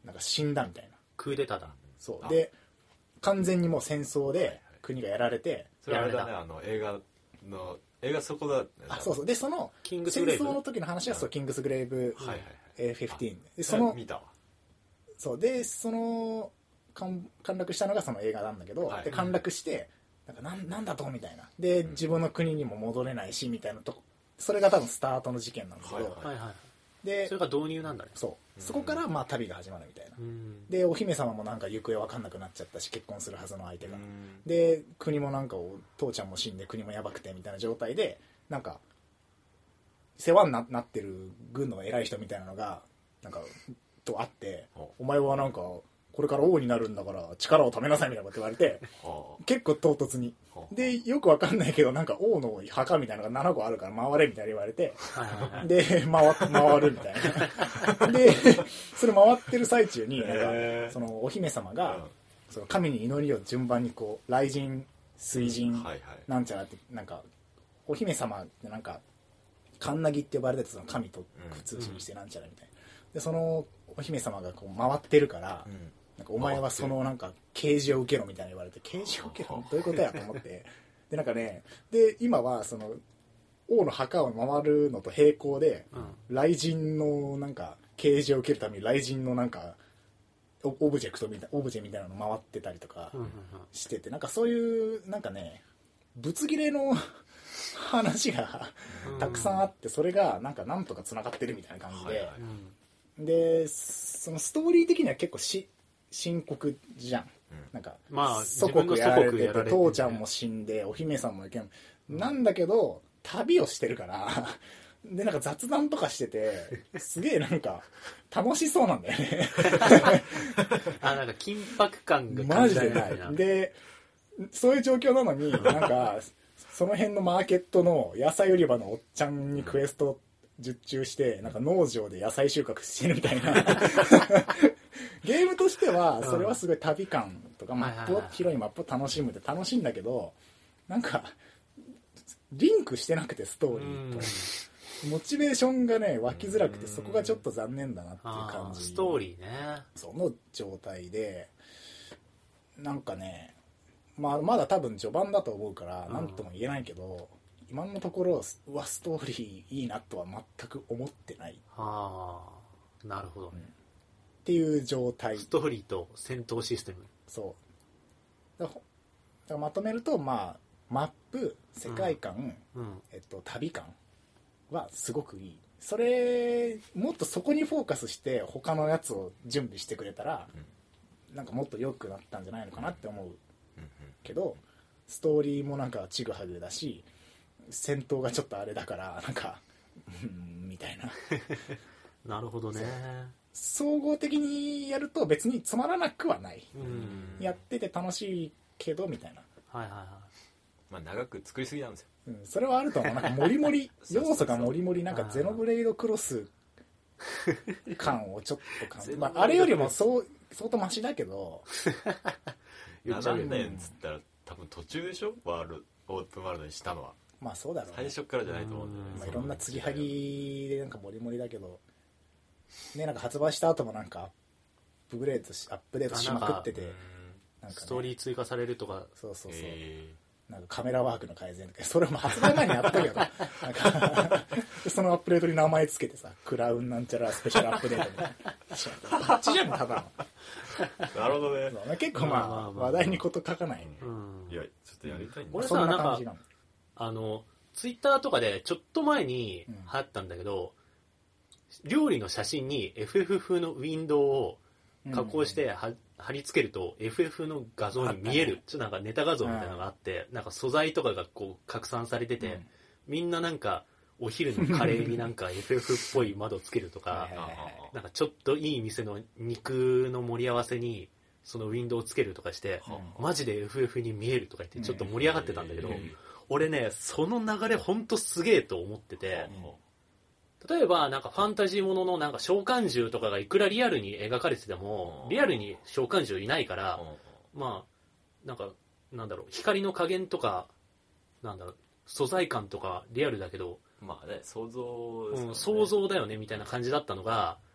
なんか死んだみたいなクーデターだ。 そうで完全にもう戦争で国がやられて、 それあれだね、あの映画の映画そこだ、ね、 あそうそうでその戦争の時の話はそうキングスグレイブはいはいえー、じゅうごでその見たわそうでその陥落したのがその映画なんだけど、はい、で陥落してなんか なん, なんだとみたいなで自分の国にも戻れないしみたいなとそれが多分スタートの事件なんだけど、 はいはい、 でそれが導入なんだね。 そうそこからまあ旅が始まるみたいな、 うん、でお姫様もなんか行方わかんなくなっちゃったし結婚するはずの相手が、うん、で国もなんか父ちゃんも死んで国もやばくてみたいな状態でなんか世話に な, なってる軍の偉い人みたいなのがなんかと会ってお前はなんかこれから王になるんだから力をためなさいみたいなこと言われて結構唐突にでよくわかんないけどなんか王の墓みたいなのがななこあるから回れみたいな言われてで 回, 回るみたいなでそれ回ってる最中になんかそのお姫様がその神に祈りを順番にこう雷神水神なんちゃらってなんかお姫様ってなんかカンナギって呼ばれてたその神と通信してなんちゃらみたいなでそのお姫様がこう回ってるから、うん、なんかお前はそのなんか啓示を受けろみたいな言われて啓示を受けろどういうことやと思ってでなんかねで今はその王の墓を回るのと並行で、うん、雷神のなんか啓示を受けるために雷神のなんかオブジェクトみたいオブジェみたいなの回ってたりとかしててなんかそういうなんかねぶつ切れの話がたくさんあってそれがなんかなんとかつながってるみたいな感じで、でそのストーリー的には結構し深刻じゃん、うん、なんか、まあ、祖国やられてて父ちゃんも死んでお姫さんもいけんなんだけど旅をしてるからでなんか雑談とかしててすげえなんか楽しそうなんだよねあなんか緊迫感がマジでないでそういう状況なのになんかその辺のマーケットの野菜売り場のおっちゃんにクエスト受注してなんか農場で野菜収穫してるみたいなゲームとしてはそれはすごい旅感とかマップを広いマップを楽しむって楽しいんだけどなんかリンクしてなくてストーリーとモチベーションがね湧きづらくてそこがちょっと残念だなっていう感じストーリーねその状態でなんかねまあまだ多分序盤だと思うから何とも言えないけど今のところうわストーリーいいなとは全く思ってないああなるほどね、うん、 っていう状態ストーリーと戦闘システムそうだからまとめるとまあマップ世界観、うんうんえっと、旅感はすごくいいそれもっとそこにフォーカスして他のやつを準備してくれたら、うん、なんかもっと良くなったんじゃないのかなって思うけどストーリーもなんかちぐはぐだし戦闘がちょっとあれだからなんかうんみたいななるほどね総合的にやると別につまらなくはないうんやってて楽しいけどみたいなはいはいはいまあ長く作りすぎなんですよ、 うん、それはあると思うなんかモリモリ要素がモリモリなんかゼノブレイドクロス感をちょっと感じまああれよりもそう相当マシだけどななねんつったら多分途中でしょワールオープンワールドにしたのはまあそうだろう、ね、 最初からじゃないと思うんだよね、 まあ、いろんな継ぎはぎでなんかモリモリだけどねなんか発売した後もなんかアップグレードしアップデートしまくっててなんか、ね、ストーリー追加されるとかそうそうそう、えー、なんかカメラワークの改善とかそれも発売前にやったけどなんかそのアップデートに名前つけてさクラウンなんちゃらスペシャルアップデートみたいなバッチじゃんただのなるほどね結構まあ、まあまあまあ、話題にこと書かない、 うん、いやちょっとやりたいんだ俺さなんかあのツイッターとかでちょっと前に流行ったんだけど、うん、料理の写真に エフエフ 風のウィンドウを加工しては、うん、貼り付けると エフエフ の画像に見える、ね、ちょっとなんかネタ画像みたいなのがあって、うん、なんか素材とかがこう拡散されてて、うん、みんななんかお昼のカレーになんか エフエフ っぽい窓つけるとかなんかちょっといい店の肉の盛り合わせにそのウィンドウをつけるとかして、うん、マジで エフエフ に見えるとか言ってちょっと盛り上がってたんだけど、うん、俺ねその流れほんとすげえと思ってて、うん、例えばなんかファンタジーもののなんか召喚獣とかがいくらリアルに描かれてても、うん、リアルに召喚獣いないから、うん、まあなんかなんだろう光の加減とかなんだろう素材感とかリアルだけどまあね想像ですよね、 うん、想像だよねみたいな感じだったのが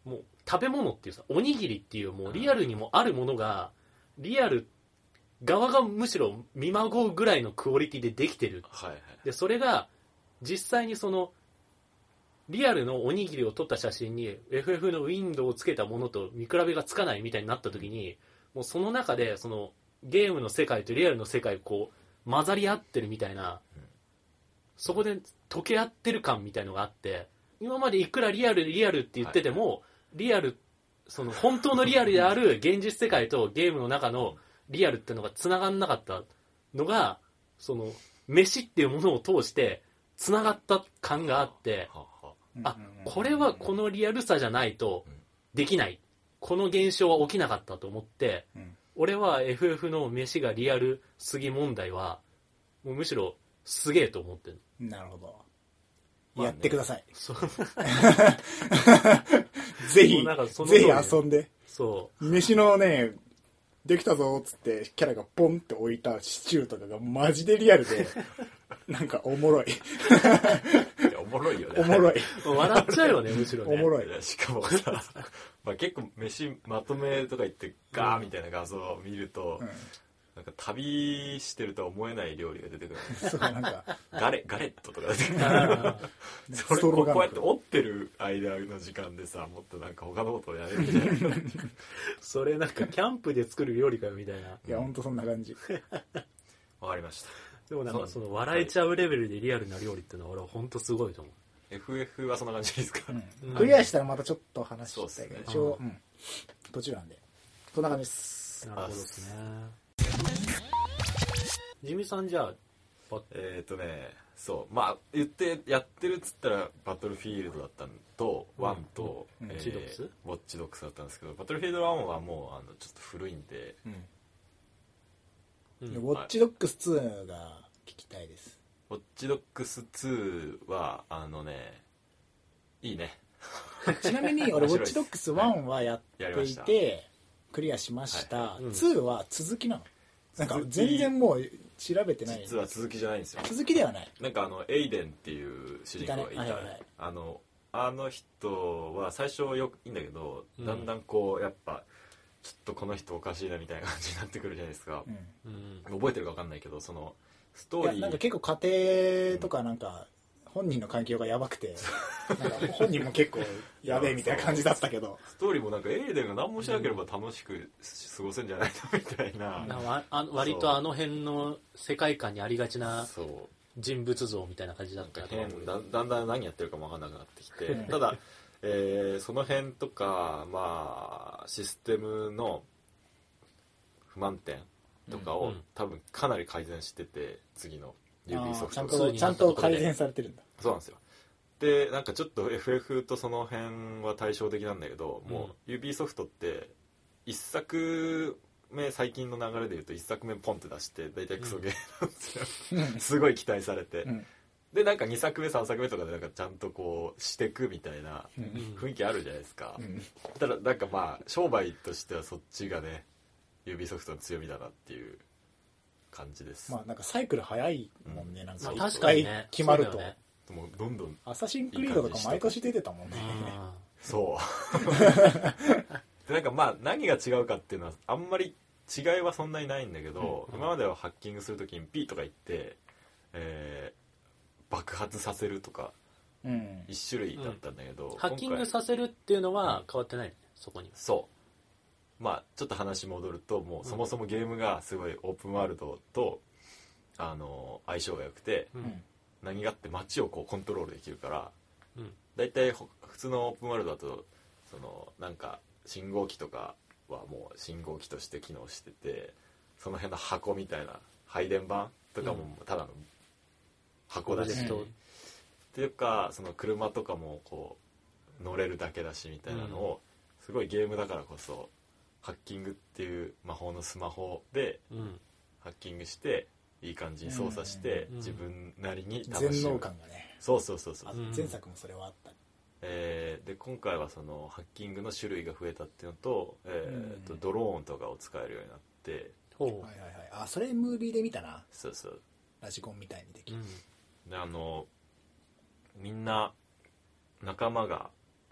もう食べ物っていうさおにぎりっていうもうリアルにもあるものがリアル側がむしろ見まごうぐらいのクオリティでできてる、 はいはい、 でそれが実際にそのリアルのおにぎりを撮った写真に エフエフ のウィンドウをつけたものと見比べがつかないみたいになった時にもうその中でそのゲームの世界とリアルの世界こう混ざり合ってるみたいな、うん、そこで溶け合ってる感みたいのがあって今までいくらリアルリアルって言ってても、はい、リアルその本当のリアルである現実世界とゲームの中のリアルっていうのが繋がんなかったのがその飯っていうものを通して繋がった感があって、あ、これはこのリアルさじゃないとできない、この現象は起きなかったと思って、俺は エフエフ の飯がリアルすぎ問題はもうむしろすげえと思ってる。 なるほど、まあね、やってください。 そうぜひぜひ遊んで。 そう飯のねできたぞっつってキャラがポンって置いたシチューとかがマジでリアルでなんかおもろい。いやおもろいよね。 おもろい。 笑っちゃうよねむしろね。 おもろい。 しかもさ、まあ結構飯まとめとか言ってガーみたいな画像を見ると、うん、なんか旅してるとは思えない料理が出てくる、ね。そうなんかガレガレットとか出てくる。それこうやって折ってる間の時間でさ、もっとなんか他のことをやれるみたいな。 それなんかキャンプで作る料理かよみたいな。いやほんとそんな感じ。 わかりました。 でもなんかその笑えちゃうレベルでリアルな料理ってのは俺は本当すごいと思う。 エフエフ はそんな感じですか、 うん、クリアしたらまたちょっと話したいけど、一応、うん、途中なんでそんな感じです。 なるほどですね。ジミさんじゃあえっ、ー、とねそうまあ言ってやってるっつったらバトルフィールドだったのとワンと、 うんうんえー、 ウォッチドックスウォッチドックスだったんですけど、バトルフィールドワンはもうあのちょっと古いんで、 うんうん、ウォッチドックスツーが聞きたいです。 ウォッチドックスツーはあのねいいね。 ちなみに俺ウォッチドックスワンはやっていて、はい、クリアしました、はいうん、ツーは続きなの？なんか全然もう調べてない。 実は続きじゃないんですよ。 続きではない。 なんかあのエイデンっていう主人公がいた、ねはいはいはい、あのあの人は最初よくいいんだけど、うん、だんだんこうやっぱちょっとこの人おかしいなみたいな感じになってくるじゃないですか、うん、覚えてるか分かんないけどそのストーリーいやなんか結構家庭とかなんか本人の環境がやばくて、うん、なんか本人も結構やべえみたいな感じだったけどストーリーもなんかエイデンが何もしなければ楽しく過ごせんじゃないのみたいな、 うん、わあ割とあの辺の世界観にありがちな人物像みたいな感じだったけどだ, だんだん何やってるかも分かんなくなってきてただ、えー、その辺とかまあシステムの不満点とかを、うん、多分かなり改善してて次のユービーソフトがちゃんとちゃんと改善されてるんだ。 そうなんですよ。でなんかちょっと エフエフ とその辺は対照的なんだけど、うん、もう ユービーソフトっていっさくめ最近の流れでいうといっさくめポンって出して大体クソゲーなんですよ、うん、すごい期待されて、うん、でなんかにさくめさんさくめとかでなんかちゃんとこうしてくみたいな雰囲気あるじゃないですか、うん、ただなんかまあ商売としてはそっちがねユービーソフトの強みだなっていう感じです。 まあなんかサイクル早いもんね、うん、なんか一回決まると、 ね、もうどんどんアサシンクリードとか毎年出てたもんね。 そうでなんかまあ何が違うかっていうのはあんまり違いはそんなにないんだけど、うん、今まではハッキングするときに P とか言って、えー、爆発させるとか、うん、一種類だったんだけど、うん、 ハッキングさせるっていうのは変わってない、ね、そこに。 そうまあちょっと話戻るともうそもそもゲームがすごいオープンワールドとあの相性が良くて、うん、何があって街をこうコントロールできるから、うん、だいたい普通のオープンワールドだとそのなんか信号機とかはもう信号機として機能しててその辺の箱みたいな配電盤とかもただの箱だし、うん、っていうかその車とかもこう乗れるだけだしみたいなのを、うん、すごいゲームだからこそハッキングっていう魔法のスマホでハッキングしていい感じに操作して自分なりに楽しむ全能感がね。 そうそうそうそう、 前作もそれはあった、 えー、で今回はそのハッキングの種類が増えたっていうのと、えー、とドローンとかを使えるようになって、 はいはいはい、あそれムービーで見たな。 そうそうラジコンみたいにできる、 うん、であのみんな仲間が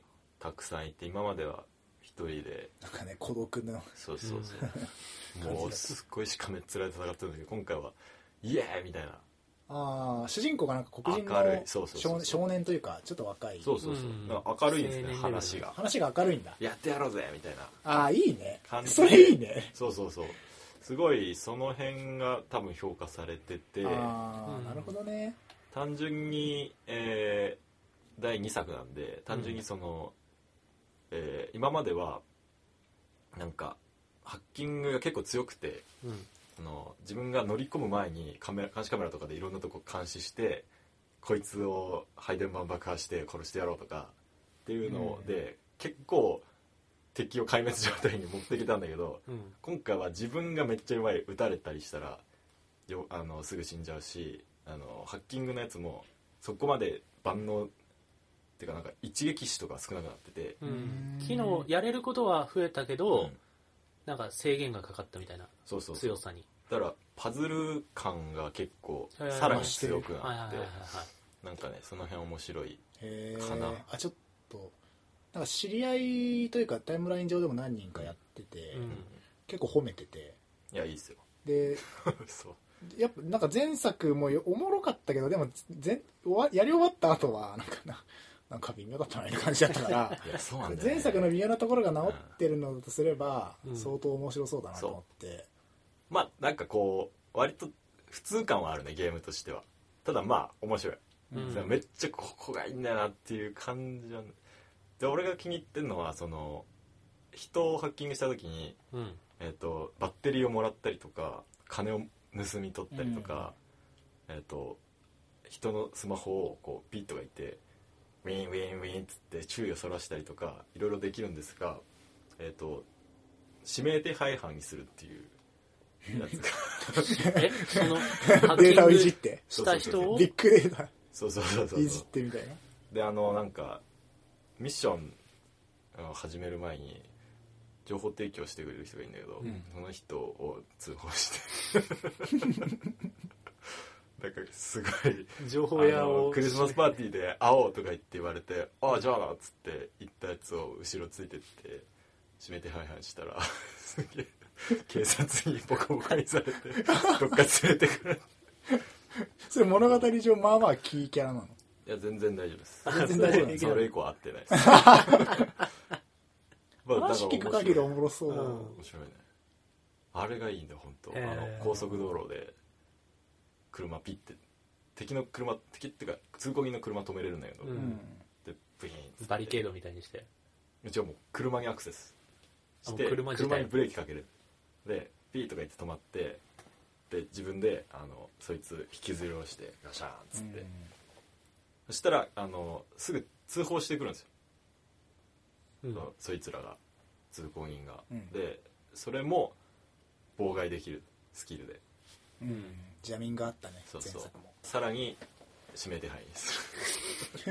たくさんいて、今までは一人でなんかね孤独のそうそうそう、もうすっごいしかめっ面で戦ってるんだけど、今回はイエーイみたいな。 ああ主人公がなんか黒人の明るいそうそうそう少少年というかちょっと若いそうそうそう、 うんなんか明るいんですね、 青年レベル話が話が明るいんだ。 やってやろうぜみたいなああいいね感じでそれいいね。 そうそうそう、すごいその辺が多分評価されてて、 ああ、 うんなるほどね。 単純に、えーだいにさくなんで、単純にその、うんえー今まではなんかハッキングが結構強くて、 うんあの自分が乗り込む前にカメラ監視カメラとかでいろんなとこ監視して、こいつを配電盤爆破して殺してやろうとかっていうので、うん、結構敵を壊滅状態に持ってきたんだけど、うん、今回は自分がめっちゃ弱い、撃たれたりしたらよあのすぐ死んじゃうし、あのハッキングのやつもそこまで万能っていうか、なんか一撃死とか少なくなってて、 うん、昨日やれることは増えたけど、うん、なんか制限がかかったみたいな強さに。そうそうそう、 だからパズル感が結構さらに強くなって、なんかねその辺面白いかな。 あちょっとなんか知り合いというかタイムライン上でも何人かやってて、うん、結構褒めてて、 いやいいっすよ。 でそうやっぱなんか前作もおもろかったけど、でも全やり終わった後はなんかななんか微妙だったなみたいな感じだったからいやそうなんだよね、 前作の微妙なところが治ってるのとすれば、うん、相当面白そうだなと思って、うん、 まあなんかこう割と普通感はあるねゲームとしては。ただまあ面白い、うん、めっちゃここがいいんだよなっていう感じなんで、俺が気に入ってるのはその人をハッキングした時に、うんえー、とバッテリーをもらったりとか金を盗み取ったりとか、うんえー、と人のスマホをこうピッとかいてウィンウィンウィンっつって注意をそらしたりとかいろいろできるんですが、えー、と指名手配犯にするっていうやつがえそのデータをいじってした人をビッグデータそうそうそうそういじってみたいな。 であのなんかミッションを始める前に情報提供してくれる人がいるんだけど、うん、その人を通報してなんかすごい情報屋をクリスマスパーティーで会おうとか言って言われてああじゃあなっつって行ったやつを後ろついてって指名手配犯したらすげえ警察にボコボコにされてどっか連れてくるそれ物語上まあまあキーキャラなの？ いや全然大丈夫です。 全然大丈夫です。 それ以降会ってないですまあ、話聞く限りおもろそう、うん、 面白いね。あれがいいんだ本当。あの高速道路で車ピッて敵の車敵ってか通行人の車止めれるんだけど、うん、でブイーンってバリケードみたいにして一応もう車にアクセスして車, 車にブレーキかけるでピーとか言って止まってで自分であのそいつ引きずり下ろしてガシャーンっつって、うん、そしたらあのすぐ通報してくるんですよ、うん、そいつらが通行人が、うん、でそれも妨害できるスキルで、 うん、ジャミングあったね。 そうそう、 前作もさらに指名手配にす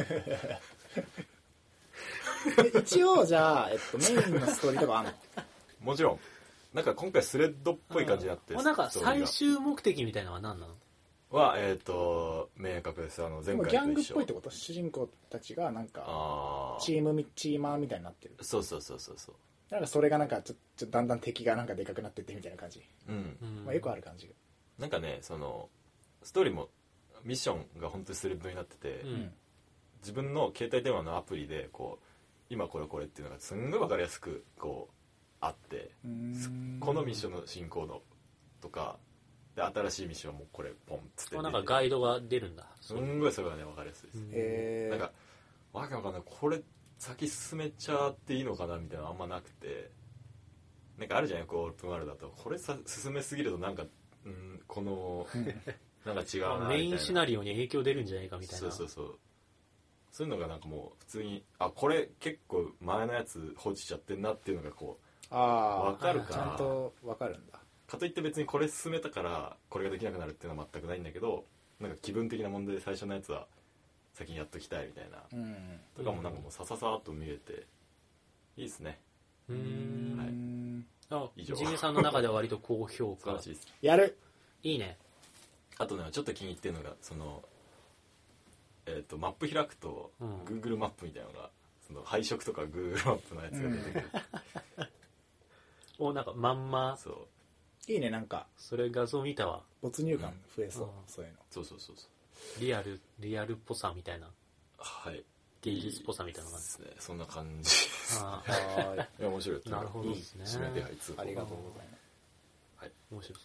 る一応じゃあ、えっと、メインのストーリーとかあんの？ もちろんなんか今回スレッドっぽい感じになって、 うん、なんか最終目的みたいなのは何なの？ はえっ、ー、と明確です。あの前回と一緒。 ギャングっぽいってこと？主人公たちがなんかチームチーマーみたいになってる。 そうそうそうそうそう。 なんかそれがなんかちょっとだんだん敵がなんかでかくなってってみたいな感じ。 うん。 まあよくある感じ。 なんかねそのストーリーもミッションが本当にスレッドになってて、うん、自分の携帯電話のアプリでこう今これこれっていうのがすんごい分かりやすくこうあって、このミッションの進行度とかで新しいミッションもこれポンっつってなんかガイドが出るんだ。 すんごいそれがね分かりやすいです。 へー。 なんかわけわかんないこれ先進めちゃっていいのかなみたいなのあんまなくて、なんかあるじゃんよくオープンワールドだとこれさ進めすぎるとなんか、うん、このなんか違うなみたいなメインシナリオに影響出るんじゃないかみたいな。 そうそうそうそういうのがなんかもう普通にあこれ結構前のやつ放置しちゃってんなっていうのがこうあ分かるから、 ちゃんと分かるんだ。 かといって別にこれ進めたからこれができなくなるっていうのは全くないんだけど、なんか気分的な問題で最初のやつは先にやっときたいみたいな、うん、とかもなんかもうさささっと見れていいですね。 うーん、 はい、 あ以上ジミーさんの中では割と高評価。 やるいいね。 あとねちょっと気に入ってるのがそのえー、とマップ開くと、うん、Google マップみたいなのがそその配色とか Google マップのやつが出てくる、 うん、おなんかまんまそういいね、なんかそれ画像見たわ。 没入感増えそう、 うん、 そういうの。 そうそうそうそうリアルリアルっぽさみたいな、 はい芸術っぽさみたいな感じですね。そんな感じです。 あはいいや面白い。 なるほどですね。 指名手配通報。 ありがとうございます。 はい。 面白そう。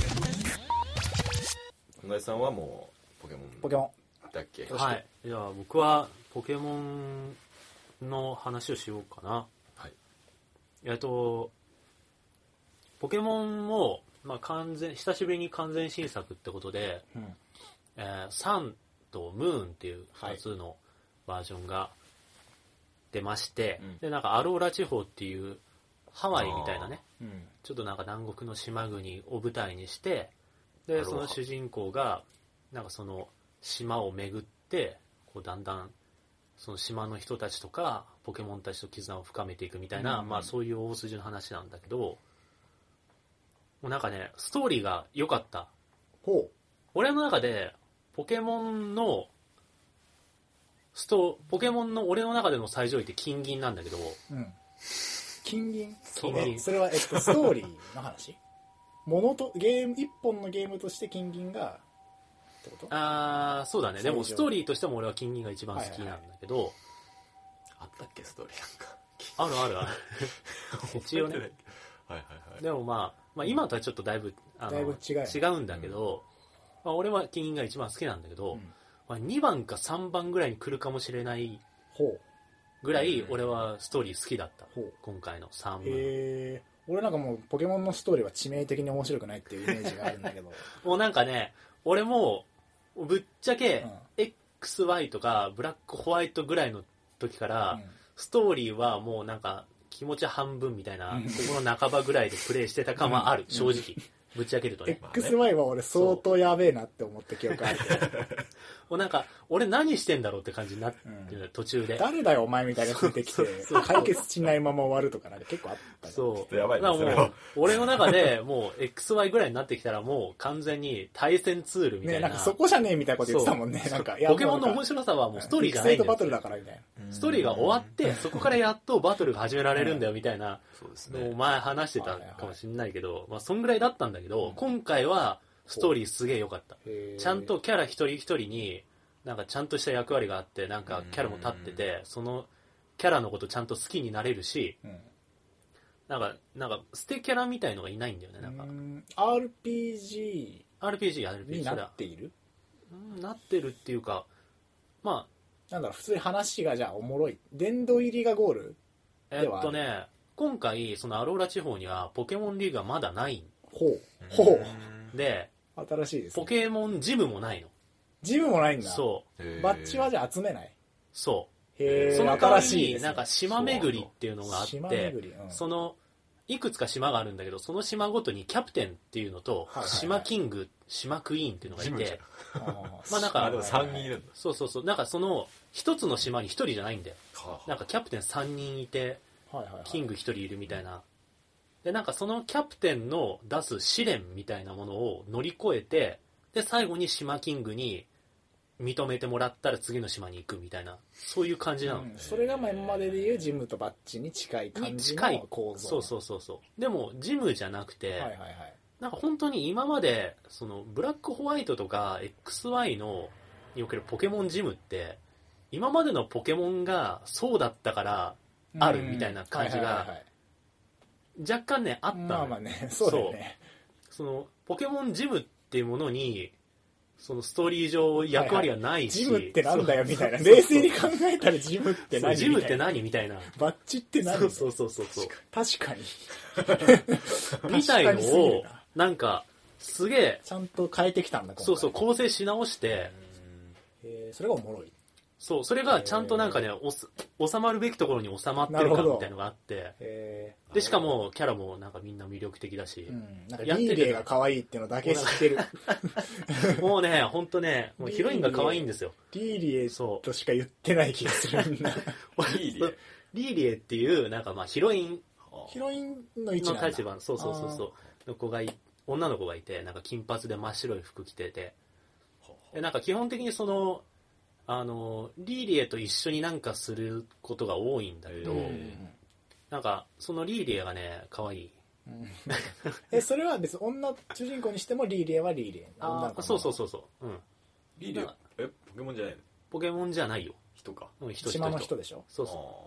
本田さんはもうポケモンポケモだっけ？ はい。じゃあ僕はポケモンの話をしようかな。 はい。 えっとポケモンをまあ完全久しぶりに完全新作ってことで、 ン、うん、 えー、サンとムーンっていうふたつのバージョンが出まして、 うん、 でなんかアローラ地方っていうハワイみたいなね、 うん、 ちょっとなんか南国の島国を舞台にして、でその主人公がなんかその島を巡ってこうだんだんその島の人たちとかポケモンたちと絆を深めていくみたいな、うん、まあそういう大筋の話なんだけど、もうなんかねストーリーが良かった。 ほう。 俺の中でポケモンのストポケモンの俺の中での最上位って金銀なんだけど、 うん、金銀金銀それは、えっと、ストーリーの話ものとゲーム一本のゲームとして金銀がってこと？ ああそうだね。でもストーリーとしても俺は金銀が一番好きなんだけど、はいはいはい、 あったっけストーリーなんかあるあるある一応ねはいはいはい。 でも、まあ、まあ今とはちょっとだいぶあのだいぶ違う、 違うんだけど、うんまあ、俺は金銀が一番好きなんだけど、 うんまあ、にばんかさんばんぐらいに来るかもしれないぐらい俺はストーリー好きだった、 ほう今回のさんぶん。 へえ。俺なんかもうポケモンのストーリーは致命的に面白くないっていうイメージがあるんだけどもうなんかね俺もぶっちゃけ、 うん、 エックスワイ とかブラックホワイトぐらいの時から、うん、ストーリーはもうなんか気持ち半分みたいな、うん、ここの半ばぐらいでプレイしてた感はある、うん、正直ぶっちゃけるとねエックスワイ は俺相当やべえなって思った記憶あるけどもうなんか俺何してんだろうって感じになってる、うん、途中で誰だよお前みたいなやつ出てきて解決しないまま終わるとかなんか結構あったそうちょっとやばいねそれは。 俺の中でもう エックスワイ ぐらいになってきたらもう完全に対戦ツールみたいな、 ね、なんかそこじゃねえみたいなこと言ってたもんね。なんかいやポケモンの面白さはもうストーリーじゃないんだよ。 バトルだからみたいな。ストーリーが終わってそこからやっとバトルが始められるんだよみたいなのを前話してたかもしれないけど、まあそんぐらいだったんだけど、うん、今回はストーリーすげえ良かった。ちゃんとキャラ一人一人になんかちゃんとした役割があって、なんかキャラも立ってて、そのキャラのことちゃんと好きになれるし、うん、なんかなんか捨てキャラみたいのがいないんだよね。なんかアールピージーアールピージー アールピージーになっている？ うん、なってるっていうか、まあなんだろう普通に話がじゃあおもろい。殿堂入りがゴール？ えっとね今回そのアローラ地方にはポケモンリーグがまだない。 ほうほうで新しいですね。 ポケモンジムもないの。 ジムもないんだ。 そうバッジはじゃあ集めない？ そうへその代わりになんか島巡りっていうのがあって、 島巡り、うん、 そのいくつか島があるんだけどその島ごとにキャプテンっていうのと、はいはいはい、島キング島クイーンっていうのがいてまあなんかさんにんいるんだ。 そうそうそうなんかその一つの島に一人じゃないんだよ。なんかキャプテンさんにんいて、はいはいはい、キングひとりいるみたいなでなんかそのキャプテンの出す試練みたいなものを乗り越えてで最後に島キングに認めてもらったら次の島に行くみたいなそういう感じなの、うん、 それが今まででいうジムとバッジに近い感じの構造。 そうそうそうそうでもジムじゃなくて、はいはいはい、なんか本当に今までそのブラックホワイトとか エックスワイ のにおけるポケモンジムって今までのポケモンがそうだったからあるみたいな感じが若干ねあったの。 まあまあねそうだよね。 そのポケモンジムっていうものにそのストーリー上役割はないし、 はいはい、ジムってなんだよみたいな冷静に考えたらジムって何ジムって何みたいなバッジって何そうそうそうそう確かにみたいのをなんかすげえちゃんと変えてきたんだ。 そうそう構成し直してへそれがおもろい。 そうそれがちゃんとなんかねおす収まるべきところに収まってるかみたいなのがあってでしかもキャラもなんかみんな魅力的だし、 うん、なんかリーレーが可愛いっていうのだけ知ってるもうねほんとねもうヒロインが可愛いんですよ。 リーレーとしか言ってない気がするんだリーレーリーレーっていうなんかまあヒロインヒロインの位置なんだ。 の立場そうそうそうそうの子がい女の子がいてなんか金髪で真っ白い服着ててでなんか基本的にそのあのリーリエと一緒になんかすることが多いんだけど、なんかそのリーリエがね可愛い。 うん、えそれは別に女主人公にしてもリーリエはリーリエ。 ああそうそうそうそう。うん。 リーリエえポケモンじゃないの？ ポケモンじゃないよ。 人か。 うん、人島の人でしょ。 そうそう。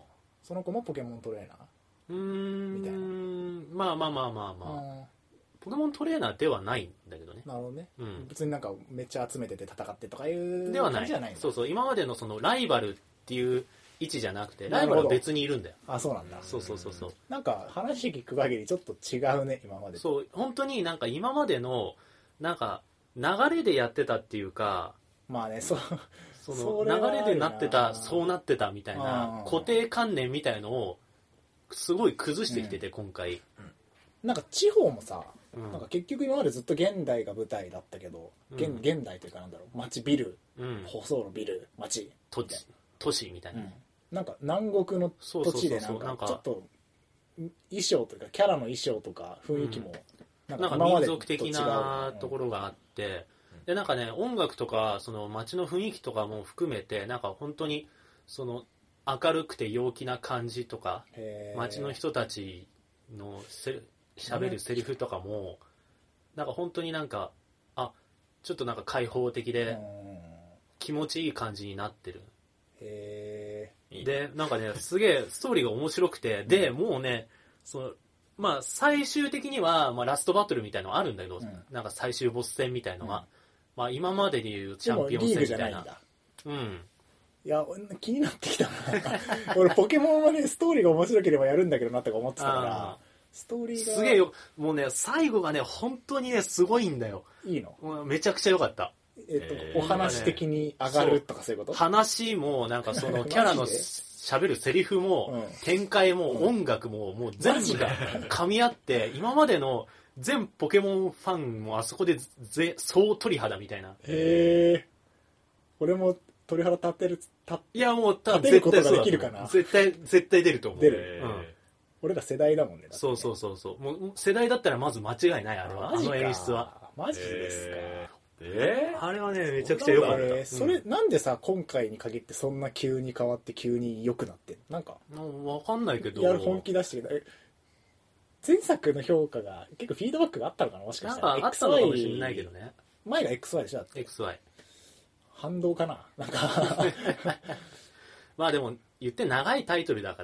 その子もポケモントレーナー。 うーん。みたいな。まあまあまあまあまあ。 あポケモントレーナーではないんだけどね。 なるほどね。 うん、 別になんかめっちゃ集めてて戦ってとかいうではない。 感じじゃないんだ。 そうそう今までのそのライバルっていう位置じゃなくてライバルは別にいるんだよ。 あそうなんだ。 そうそうそうそう。 なんか話聞く限りちょっと違うね今まで。 そう本当になんか今までのなんか流れでやってたっていうか。 まあねそう。 その流れでなってたそうなってたみたいな固定観念みたいのをすごい崩してきてて、うん、今回。 なんか地方もさ。 うん、 なんか結局今までずっと現代が舞台だったけど、うん、現, 現代というかなんだろう街ビル、うん、舗装のビル街土地都市みたいな、 うん、なんか南国の土地でなんかちょっと衣装というかキャラの衣装とか雰囲気もなんか民族的なところがあって、うん、でなんかね音楽とかその街の雰囲気とかも含めてなんか本当にその明るくて陽気な感じとか街の人たちのせ喋るセリフとかもなんか本当になんかあちょっとなんか開放的で気持ちいい感じになってる。 へーでなんかねすげえストーリーが面白くてでもうねそのまあ最終的には、まあ、ラストバトルみたいのがあるんだけど、うん、なんか最終ボス戦みたいのが、うんまあ、今まででいうチャンピオン戦みたいな。 リーグじゃないんだ。 うんいや気になってきたな俺ポケモンはねストーリーが面白ければやるんだけどなって思ってたからストーリーがすげえよもうね最後がね本当にねすごいんだよ。 いいの？ めちゃくちゃ良かった。 えっと、えー、お話的に上がるとかそういうこと？ 話もなんかそのキャラの喋るセリフも、うん、展開も音楽も、うん、もう全部が噛み合って今までの全ポケモンファンもあそこでぜ総鳥肌みたいな。 へえ。俺も鳥肌立てる立いやもう立てることができるかな。 絶対絶対出ると思う。 出る。うん俺ら世代だもんね。ねそうそうそうそう。もう世代だったらまず間違いないあれは。あの演出は。 マジですか。 えー、あれはねめちゃくちゃ良かった。 えー、それ、うん、なんでさ今回に限ってそんな急に変わって急に良くなってんなんか。 わかんないけど。 やる本気出してる。前作の評価が結構フィードバックがあったのかなもしかしたら。 なんかあったのかもしれないけどね。 前が エックスワイ でしょだって。 エックスワイ。 反動かななんかまあでも言って長いタイトルだから。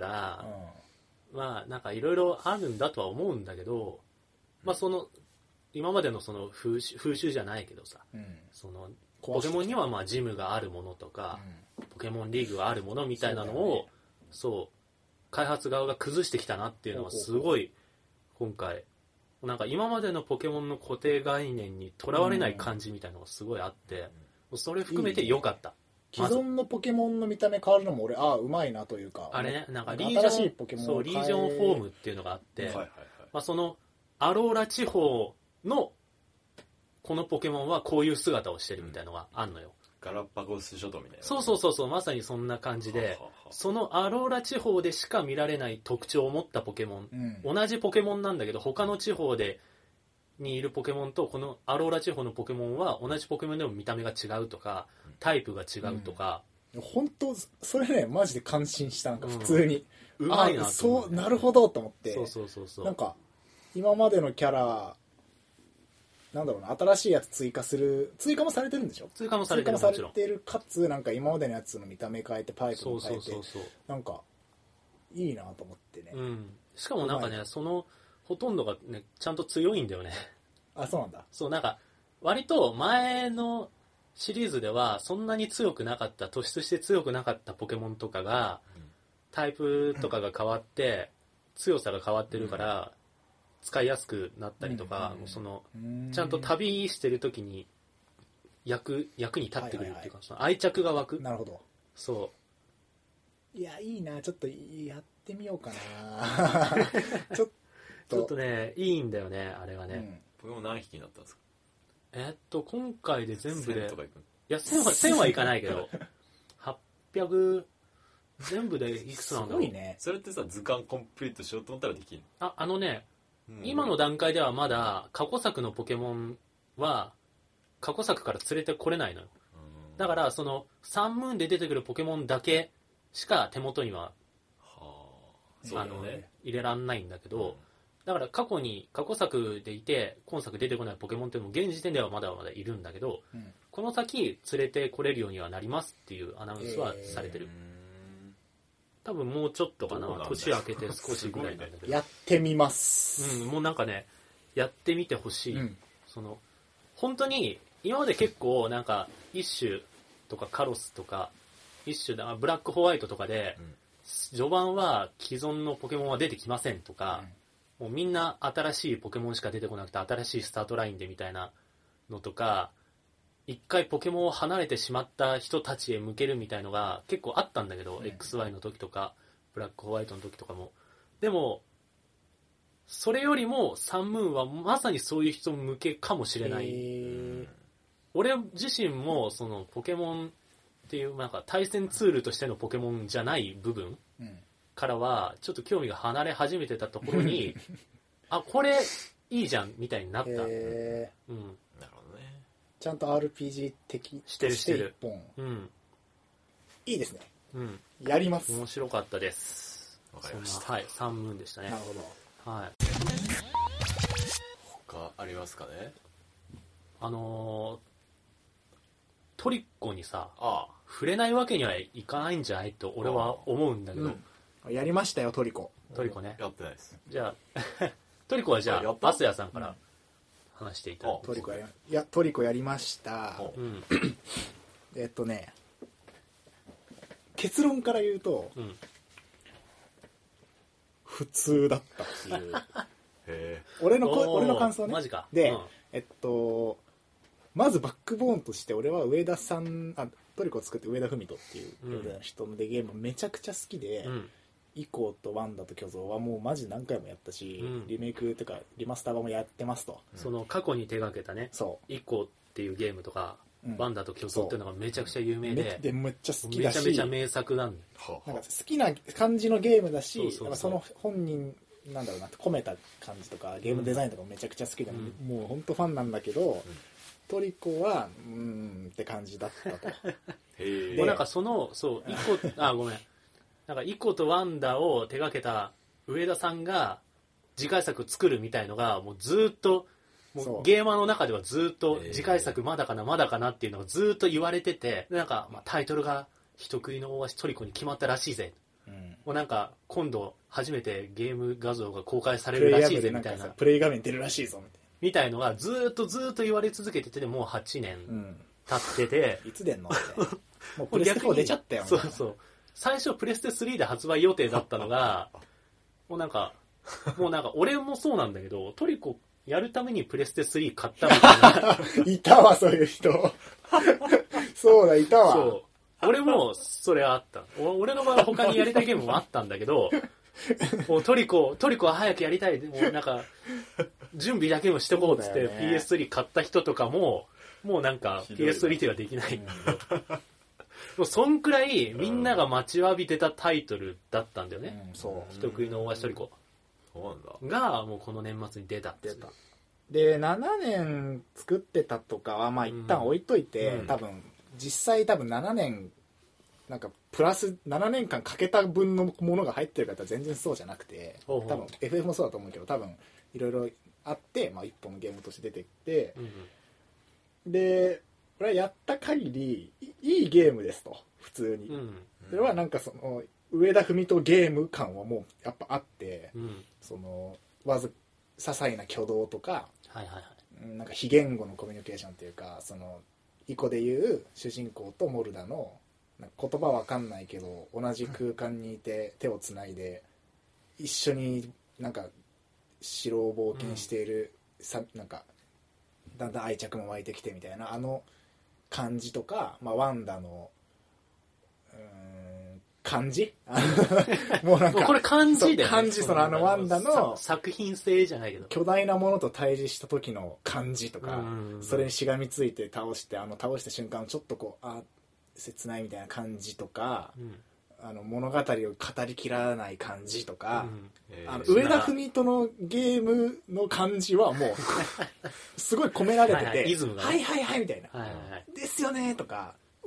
うんまあなんかいろいろあるんだとは思うんだけど、まあその今までのその風習、風習じゃないけどさ、うん、そのポケモンにはまあジムがあるものとか、うん、ポケモンリーグがあるものみたいなのをそう、ねそう開発側が崩してきたなっていうのはすごい今回なんか今までのポケモンの固定概念にとらわれない感じみたいなのがすごいあって、うん、それ含めて良かった。 既存のポケモンの見た目変わるのも俺ああうまいなというかあれねなんかリージョン新しいポケモンそうリージョンフォームっていうのがあって、はいはいはいまあ、そのアローラ地方のこのポケモンはこういう姿をしてるみたいなのがあんのよ、 うん、ガラパゴス諸島みたいなそうそうそうそうまさにそんな感じではははそのアローラ地方でしか見られない特徴を持ったポケモン、うん、同じポケモンなんだけど他の地方でにいるポケモンとこのアローラ地方のポケモンは同じポケモンでも見た目が違うとかタイプが違うとか、 うん、本当それねマジで感心したなんか普通に、 うん、うまいなと思ってそうなるほどと思ってそうそうそうそうなんか今までのキャラなんだろうな新しいやつ追加する追加もされてるんでしょ追加もされてる追加もされてるかつなんか今までのやつの見た目変えてパイプも変えてそうそうそうそうなんかいいなと思ってね、 うん、しかもなんかねそのほとんどがねちゃんと強いんだよねあそうなんだそうなんか割と前のシリーズではそんなに強くなかった突出して強くなかったポケモンとかが、うん、タイプとかが変わって強さが変わってるから、うん、使いやすくなったりとか、うん、そのちゃんと旅してる時に役役に立ってくれるっていうか、はいはいはい、その愛着が湧くなるほどそういやいいなちょっとやってみようかなちょっとちょっとねいいんだよねあれはね、うんポケモン何匹になったんですかえっと今回で全部でせんとかいくいやせんはせんはいかないけどはっぴゃく全部でいくつなんだろうすごいねそれってさ図鑑コンプリートしようと思ったらできるああのね、うん、今の段階ではまだ過去作のポケモンは過去作から連れてこれないのよだからそのサンムーンで出てくるポケモンだけしか手元には、 はあの入れらんないんだけど、うん、だから過去に過去作でいて今作出てこないポケモンっていうのも現時点ではまだまだいるんだけど、うん、この先連れてこれるようにはなりますっていうアナウンスはされてる、えー、多分もうちょっとかな、年明けて少しぐらいなんだけどやってみます、 うん、もうなんかねやってみてほしい、うん、その本当に今まで結構なんか一種とかカロスとか一種だブラックホワイトとかで、うん、序盤は既存のポケモンは出てきませんとか、うん、もうみんな新しいポケモンしか出てこなくて新しいスタートラインでみたいなのとか一回ポケモンを離れてしまった人たちへ向けるみたいのが結構あったんだけど、うん、エックスワイ の時とかブラックホワイトの時とかもでもそれよりもサンムーンはまさにそういう人向けかもしれない。俺自身もそのポケモンっていうなんか対戦ツールとしてのポケモンじゃない部分からはちょっと興味が離れ始めてたところにあこれいいじゃんみたいになった、 へー、 うん、 なるほどね。 ちゃんと アールピージー 的してるしてる一本、 うん、 いいですね、 うん、 やります。 面白かったです。 わかりました。 はい、サンムーンでしたね。 なるほど。 はい。 他ありますかね。 あのー、トリコにさああ触れないわけにはいかないんじゃないと俺は思うんだけど、 うん、やりましたよトリコ。 トリコね。 やってないです。 じゃあトリコはじゃあバスヤさんから話していただいて。 トリコやいやトリコやりました、 うん、 えっとね結論から言うと、うん、普通だったっていうへ俺の俺の感想ね。 マジか。 で、 うん、 えっとまずバックボーンとして俺は上田さんあトリコを作って上田文人っていう人のでゲームめちゃくちゃ好きで、うん、イコーとワンダと巨像はもうマジ何回もやったし、うん、リメイクとかリマスター版もやってますと、 うん、その過去に手掛けたねそうイコーっていうゲームとか、うん、ワンダと巨像っていうのがめちゃくちゃ有名で、 でめっちゃ好きだしめちゃめちゃ名作なんだ。 なんか好きな感じのゲームだし、そうそうそう、その本人なんだろうな込めた感じとかゲームデザインとかもめちゃくちゃ好きで、うん、もう本当ファンなんだけど、うん、トリコはうーんって感じだったとへもうなんかそのそうイコあごめんなんかイコとワンダを手掛けた上田さんが次回作作るみたいのがもうずっともうゲーマーの中ではずっと次回作まだかなまだかなっていうのがずっと言われてて、なんかまあタイトルが人食いの大足トリコに決まったらしいぜ、うん、もうなんか今度初めてゲーム画像が公開されるらしいぜみたいなプレイ画面出るらしいぞみたいなみたいのがずっとずっと言われ続けててもうはちねん経ってて、 うん、いつ出んのってもうプレステフォー出ちゃったよそうそう最初プレステスリーで発売予定だったのがもうなんかもうなんか俺もそうなんだけどトリコやるためにプレステスリー買ったみたいないたわそういう人そうだいたわそう俺もそれあった俺の場合は他にやりたいゲームもあったんだけどもうトリコトリコは早くやりたいもうなんか準備だけもしてこうっつって、ね、ピーエススリー 買った人とかももうなんか ピーエススリー ではできないんだけど、うん、もうそんくらいみんなが待ちわびてたタイトルだったんだよね、 うん、そう人食いの大足トリコそうなんだがもうこの年末に出たって出たでななねん作ってたとかはまあ一旦置いといて、うん、多分実際多分ななねんなんかプラスななねんかんかけた分のものが入ってる方は全然そうじゃなくて、多分 エフエフ もそうだと思うけど多分いろいろあって、まあ、一本のゲームとして出てきて、うんうん、でこれはやった限りいいゲームですと普通に、うんうん、それはなんかその上田文人ゲーム感はもうやっぱあって、うん、そのわず些細な挙動とか、 はいはいはい、 なんか非言語のコミュニケーションというかそのイコでいう主人公とモルダのなんか言葉わかんないけど同じ空間にいて手をつないで一緒になんか城を冒険している、うん、さなんかだんだん愛着も湧いてきてみたいなあの感じとか、まあ、ワンダのうーん感じもうなんかこれ感じで、ね、 感じそのあのワンダの作品性じゃないけど巨大なものと対峙した時の感じとか、それにしがみついて倒してあの倒した瞬間ちょっとこうあ切ないみたいな感じとか、うん、あの物語を語りきらない感じとか、うんえー、あの上田文人のゲームの感じはもうすごい込められててはいはい、イズムがね、 はいはいはいみたいな、 はいはいはい、 ですよねとかう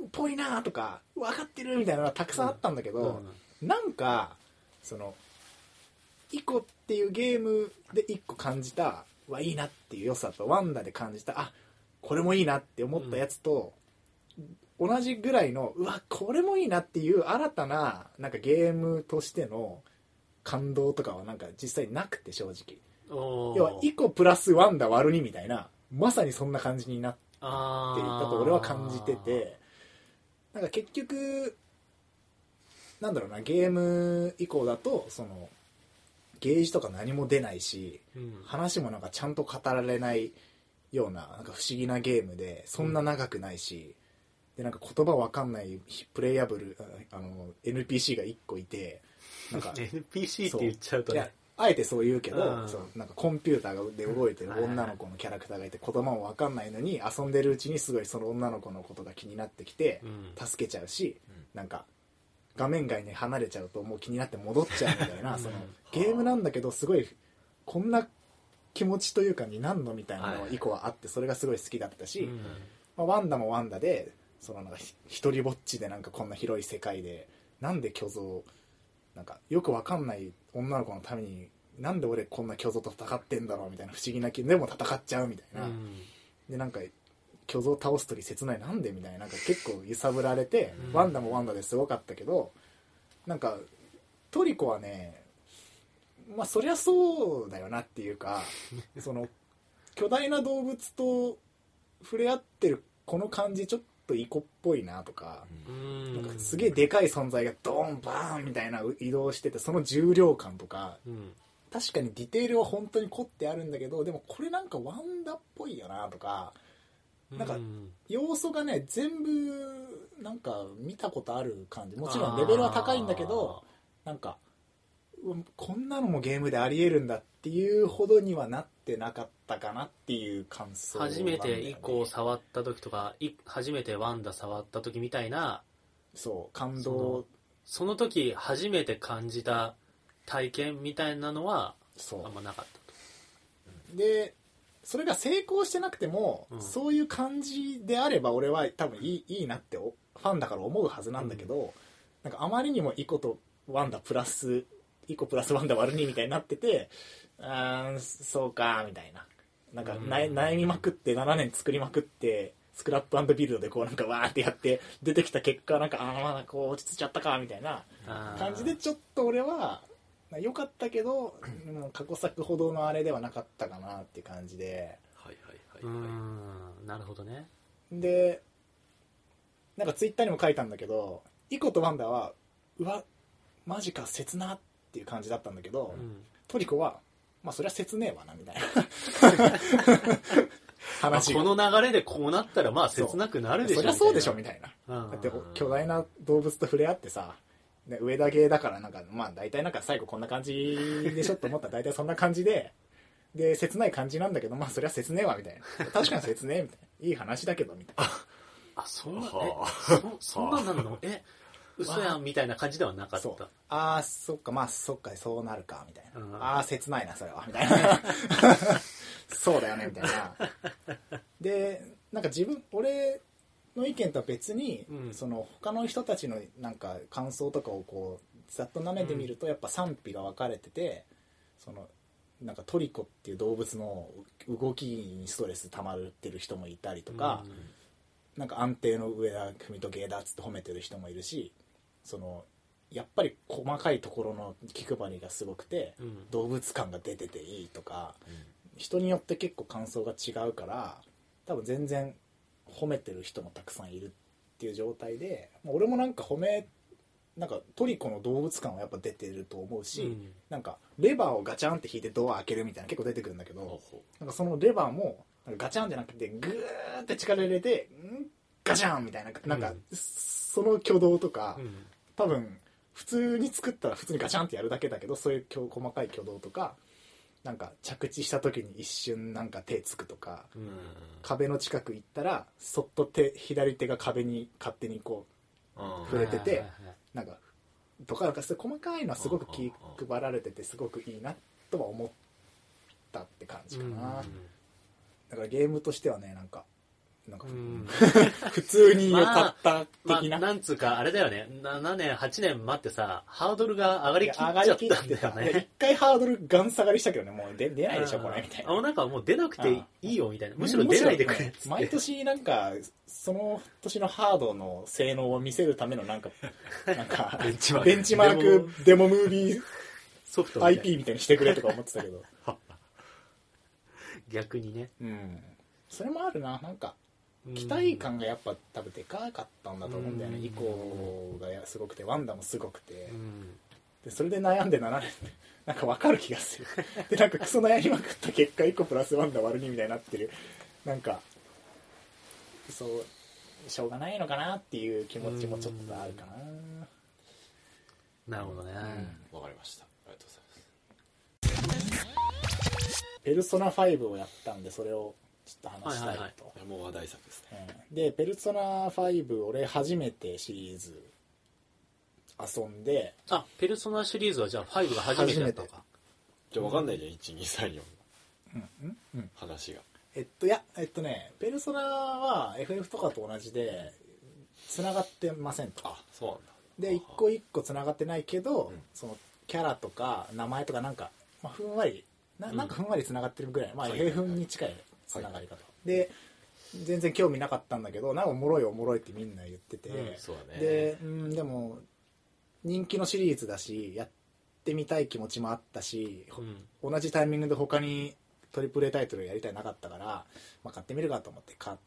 ぽいなとか分かってるみたいなのがたくさんあったんだけど、 うんうん、 なんかそのイコっていうゲームでいっこ感じたはいいなっていう良さとワンダで感じたあこれもいいなって思ったやつと、うん、同じぐらいのうわこれもいいなっていう新たななんかゲームとしての感動とかはなんか実際なくて正直要はイコプラスワンダ割るにみたいなまさにそんな感じになっていたと俺は感じててなんか結局なんだろうなゲーム以降だとそのゲージとか何も出ないし、うん、話もなんかちゃんと語られないよう な, なんか不思議なゲームでそんな長くないし、うん、でなんか言葉わかんないプレイヤブルあの エヌピーシー がいっこいてなんかエヌピーシー って言っちゃうとねいやあえてそう言うけど、うん、そうなんかコンピューターで動いてる女の子のキャラクターがいて言葉もわかんないのに遊んでるうちにすごいその女の子のことが気になってきて、うん、助けちゃうし、うん、なんか画面外に離れちゃうともう気になって戻っちゃうみたいなそのゲームなんだけどすごいこんな気持ちというかになんのみたいなのが以降はあってそれがすごい好きだったし、うんまあ、ワンダもワンダでそのなんか一人ぼっちでなんかこんな広い世界でなんで巨像なんかよくわかんない女の子のためになんで俺こんな巨像と戦ってんだろうみたいな不思議な気でも戦っちゃうみたいな、うん、でなんか巨像倒すとき切ないなんでみたいななんか結構揺さぶられて、うん、ワンダもワンダですごかったけどなんかトリコはねまあそりゃそうだよなっていうかその巨大な動物と触れ合ってるこの感じちょっとイコっぽいなとか、うんなんかすげえでかい存在がドーンバーンみたいな移動しててその重量感とか、うん、確かにディテールは本当に凝ってあるんだけどでもこれなんかワンダっぽいよなとかなんか要素がね全部なんか見たことある感じもちろんレベルは高いんだけどなんかこんなのもゲームでありえるんだっていうほどにはなってなかったかなっていう感想なんだよね。 初めてイコを触った時とか初めてワンダ触った時みたいなそう感動その、その時初めて感じた体験みたいなのはあんまなかったとでそれが成功してなくても、うん、そういう感じであれば俺は多分いい、いいなってファンだから思うはずなんだけど、うん、なんかあまりにもイコとワンダプラスイコプラスワンダ割るにみたいになっててあーそうかみたいななんか、うん、悩みまくってななねん作りまくってスクラップ&ビルドでこうなんかわーってやって出てきた結果なんかあーまだこう落ち着いちゃったかみたいな感じでちょっと俺は良かったけどもう過去作ほどのあれではなかったかなっていう感じではいはいはいはいうんなるほどねでなんかツイッターにも書いたんだけどイコとワンダはうわマジか切なっていう感じだったんだけど、うん、トリコはまあそりゃ切ねえわなみたいな話がこの流れでこうなったらまあ切なくなるでしょそりゃそうでしょみたいな、うん、だって巨大な動物と触れ合ってさで上田芸だからなんかまあ大体なんか最後こんな感じでしょって思ったら大体そんな感じでで切ない感じなんだけどまあそりゃ切ねえわみたいな確かに切ねえみたいないい話だけどみたいなあそんなえそそんなんなのえ嘘やんみたいな感じではなかったああそっかまあそっかそうなるかみたいな、うん、ああ切ないなそれはみたいなそうだよねみたいなでなんか自分俺の意見とは別に、うん、その他の人たちのなんか感想とかをこうざっと舐めてみると、うん、やっぱ賛否が分かれててそのなんかトリコっていう動物の動きにストレス溜まってる人もいたりとか、うん、なんか安定の上田組と芸だっつって褒めてる人もいるしそのやっぱり細かいところの気配りがすごくて、うん、動物感が出てていいとか、うん、人によって結構感想が違うから多分全然褒めてる人もたくさんいるっていう状態で俺もなんか褒めなんかトリコの動物感はやっぱ出てると思うし、うん、なんかレバーをガチャンって引いてドア開けるみたいな結構出てくるんだけど、うん、なんかそのレバーもガチャンじゃなくてグーって力入れてんガチャンみたいななんか、うん、その挙動とか、うん、多分普通に作ったら普通にガチャンってやるだけだけどそういう細かい挙動とかなんか着地した時に一瞬なんか手つくとか、うん、壁の近く行ったらそっと手左手が壁に勝手にこう触れてて、うん、なんかとかなんかそういう細かいのはすごく気配られててすごくいいなとは思ったって感じかな、うん、だからゲームとしてはねなんかなんか、 うん、 普通に良かった的な、 まあまあ、なんつうかあれだよね、ななねんはちねん待ってさハードルが上がりきっちゃったんだよね。 一回ハードルガン下がりしたけどね、もう 出, 出ないでしょこれみたいな。 あなんかもう出なくていいよみたいな、むしろ出ないでくれっつって、 毎年なんかその年のハードの性能を見せるためのなんかなんかベンチマーク、ベンチマークデモムービーソフト アイピー みたいにしてくれとか思ってたけど逆にね、 うん、それもあるな。なんか期待感がやっぱ多分でかかったんだと思うんだよね。以降がすごくてワンダもすごくて、でそれで悩んでなられるなんか分かる気がするでなんかクソ悩みまくった結果いっこプラスワンダ割るにみたいになってる。なんかそうしょうがないのかなっていう気持ちもちょっとあるかな。なるほどね、 うん、分かりました。ありがとうございます。 ペルソナファイブをやったんでそれをちょっと話したいと、はいはいはい、 もう話題作ですね、 うん、でペルソナファイブ俺初めてシリーズ遊んで、 あペルソナシリーズはじゃあファイブが初めてだったのか。 じゃあ分かんないじゃん、いちにさんよん、 うんうん、 話がえっといやえっとねペルソナは エフエフ とかと同じで繋がってませんと。 あそうなんだ。 で一個一個繋がってないけど、うん、そのキャラとか名前とかなんか、まあ、ふんわり な, なんかふんわり繋がってるぐらい、うん、まあ エフエフ に近いつながり方、はい、で全然興味なかったんだけどなんかおもろいおもろいってみんな言ってて、 うんそうだね、 で、うん、でも人気のシリーズだしやってみたい気持ちもあったし、うん、同じタイミングで他にトリプル A タイトルやりたいなかったから、まあ、買ってみるかと思って買って、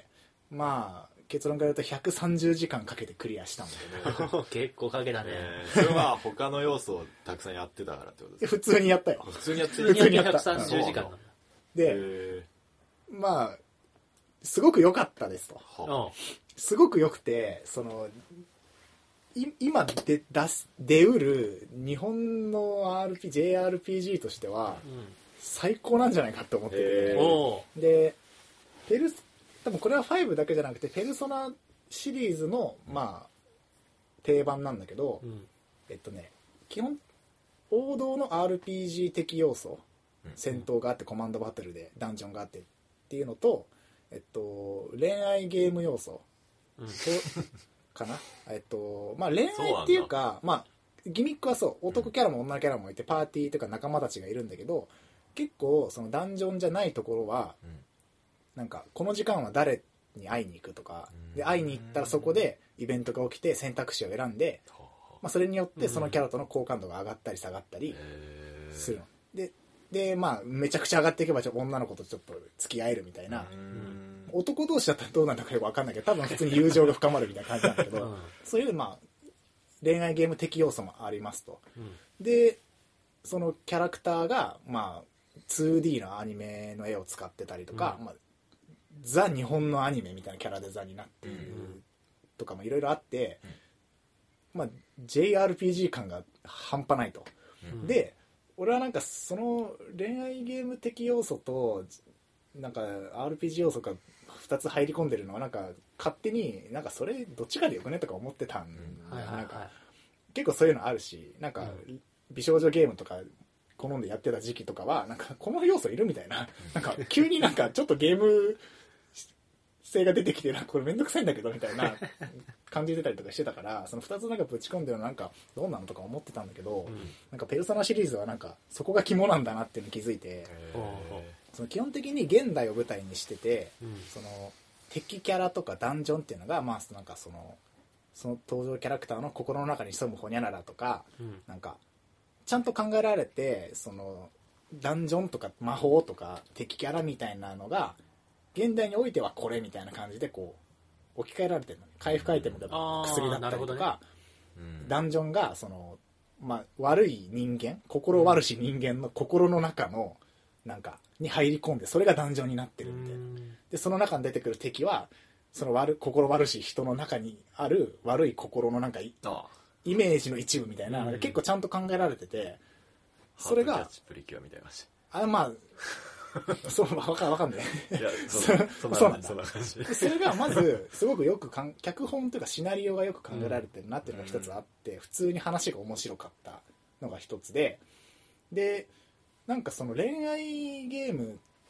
まあ結論から言うとひゃくさんじゅうじかんかけてクリアしたんだけど結構かけたね、 えー、それは他の要素をたくさんやってたからってことですか？ 普通にやったよ。 普通にやって普通にやったひゃくさんじゅうじかんなんだ。 でまあすごく良かったですと。すごく良くてそのい今で出す出うる日本の アールピージー ジェイアールピージー としては最高なんじゃないかって思ってて、でペルス多分これはファイブだけじゃなくてペルソナシリーズのまあ定番なんだけど、うん、えっとね基本王道の アールピージー 的要素、うん、戦闘があってコマンドバトルでダンジョンがあってっていうのと、えっと、恋愛ゲーム要素、うん、かなえっとまあ恋愛っていうかまあギミックはそう男キャラも女キャラもいてパーティーとか仲間たちがいるんだけど結構そのダンジョンじゃないところは、うんなんかこの時間は誰に会いに行くとかで会いに行ったらそこでイベントが起きて選択肢を選んで、まあ、それによってそのキャラとの好感度が上がったり下がったりするのででまあめちゃくちゃ上がっていけばちょっと女の子とちょっと付き合えるみたいな男同士だったらどうなんだかよく分かんないけど多分普通に友情が深まるみたいな感じなんだけどそういうまあ恋愛ゲーム的要素もありますと。でそのキャラクターがまあ ツーディー のアニメの絵を使ってたりとか、うんまあザ日本のアニメみたいなキャラデザになっているとかもいろいろあって、うんまあ、ジェイアールピージー 感が半端ないと、うん、で俺はなんかその恋愛ゲーム的要素となんか アールピージー 要素がふたつ入り込んでるのはなんか勝手になんかそれどっちかでよくねとか思ってたん、うんはいはいはい、なんか結構そういうのあるしなんか美少女ゲームとか好んでやってた時期とかはなんかこの要素いるみたいななんか急になんかちょっとゲーム性が出てきてなんかこれめんどくさいんだけどみたいな感じてたりとかしてたからそのふたつなんかぶち込んでるのなんかどうなのとか思ってたんだけど、うん、なんかペルソナシリーズはなんかそこが肝なんだなっていうのに気づいてその基本的に現代を舞台にしてて、うん、その敵キャラとかダンジョンっていうのがまあなんかそのその登場キャラクターの心の中に潜むホニャララとか、うん、なんかちゃんと考えられてそのダンジョンとか魔法とか敵キャラみたいなのが現代においてはこれみたいな感じでこう置き換えられてるの、ね、回復アイテムが薬だったりとか、ねうん、ダンジョンがその、まあ、悪い人間心悪し人間の心の中のなんかに入り込んでそれがダンジョンになってるみたいなでその中に出てくる敵はその悪心悪し人の中にある悪い心のなんかイメージの一部みたいな、うん、結構ちゃんと考えられててそれがプリキュアみたいなあまあそう分かんわかんないいやそそうなんだそんな感じそれがまずすごくよくかん脚本というかシナリオがよく考えられてるなっていうのが一つあって、うん、普通に話が面白かったのが一つででなんかその恋愛ゲーム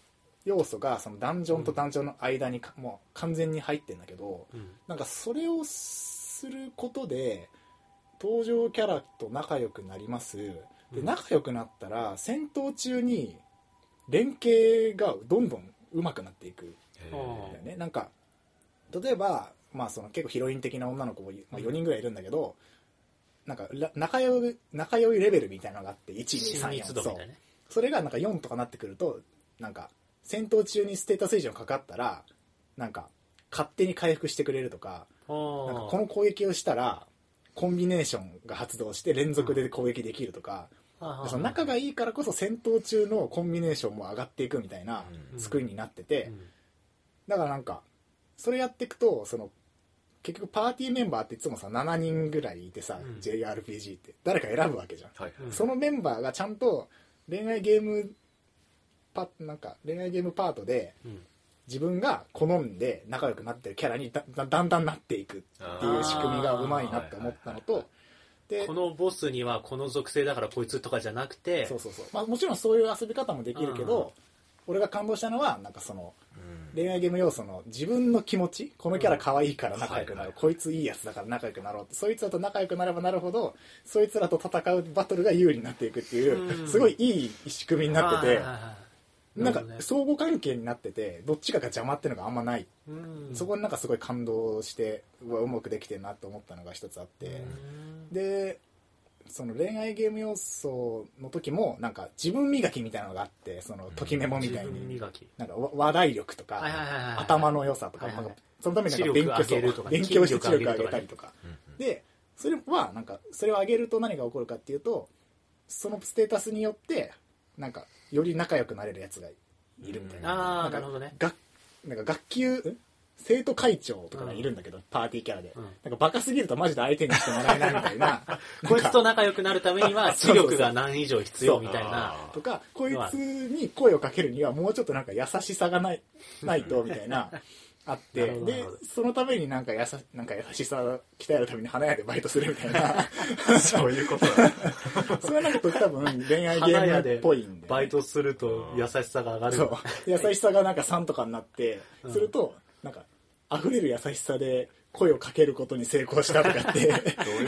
要素がそのダンジョンとダンジョンの間にかもう完全に入ってるんだけど、 うん、 なんかそれをすることで登場キャラと仲良くなります。で仲良くなったら戦闘中に連携がどんどん上手くなっていくんだよね。なんか例えば、まあ、その結構ヒロイン的な女の子も、まあ、よにんぐらいいるんだけど、なんか仲良い仲良いレベルみたいなのがあって いちにさんよん、そうそれがなんかよんとかなってくるとなんか戦闘中にステータス以上かかったらなんか勝手に回復してくれるとか、なんかこの攻撃をしたらコンビネーションが発動して連続で攻撃できるとか、うん、その仲がいいからこそ戦闘中のコンビネーションも上がっていくみたいな作りになってて、うんうん、だからなんかそれやっていくとその結局パーティーメンバーっていつもさしちにんぐらいいてさ、うん、ジェイアールピージー って誰か選ぶわけじゃん、はいはい、そのメンバーがちゃんと恋愛ゲームパなんか恋愛ゲームパートで、うん、自分が好んで仲良くなってるキャラに だ, だ, だんだんなっていくっていう仕組みがうまいなって思ったのと、 でこのボスにはこの属性だからこいつとかじゃなくて、 そうそうそう、まあ、もちろんそういう遊び方もできるけど、俺が感動したのはなんかその恋愛ゲーム要素の自分の気持ち、このキャラ可愛いから仲良くなる、うんはいはい、こいついいやつだから仲良くなろうって、そいつらと仲良くなればなるほどそいつらと戦うバトルが有利になっていくっていう、うん、すごいいい仕組みになってて、なんか相互関係になっててどっちかが邪魔っていうのがあんまない、うん、そこになんかすごい感動してうまくできてるなと思ったのが一つあって、うん、でその恋愛ゲーム要素の時もなんか自分磨きみたいなのがあって、そのときメモみたいになんか話題力とか頭の良さとか、そのためになんか勉強勉強して知力上げたりとかで、それはなんかそれを上げると何が起こるかっていうと、そのステータスによってなんかより仲良くなれるやつがいるみたいな、 あーなるほどね、 がなんか学級生徒会長とかがいるんだけど、うん、パーティーキャラで、うん、なんかバカすぎるとマジで相手にしてもらえないみたいなこいつと仲良くなるためには知力が何以上必要みたいなとか、こいつに声をかけるにはもうちょっとなんか優しさがないないとみたいなあってでそのためになんかやさなんか優しさを鍛えるために花屋でバイトするみたいなそういうことだそれはなんか多分恋愛ゲームっぽいんで、ね、 バイトすると優しさが上がる、 そう優しさがなんかさんとかになってするとなんか溢れる優しさで声をかけることに成功したとかってどういう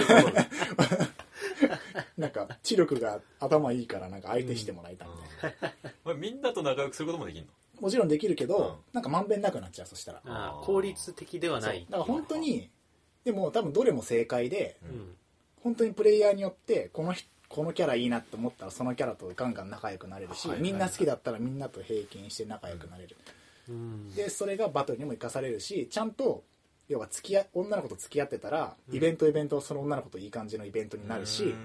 ことなんか知力が頭いいからなんか相手してもらいたいみたいな、 うん、みんなと仲良くすることもできるの？ もちろんできるけど、うん、なんかまんべんなくなっちゃう。そしたらあ効率的ではない。 だから本当にでも多分どれも正解で、うん、本当にプレイヤーによってこのこのキャラいいなって思ったらそのキャラとガンガン仲良くなれるし、はいはいはい、みんな好きだったらみんなと平均して仲良くなれる、うん、でそれがバトルにも生かされるし、ちゃんと要は付き合女の子と付き合ってたら、うん、イベントイベントその女の子といい感じのイベントになるし、うん、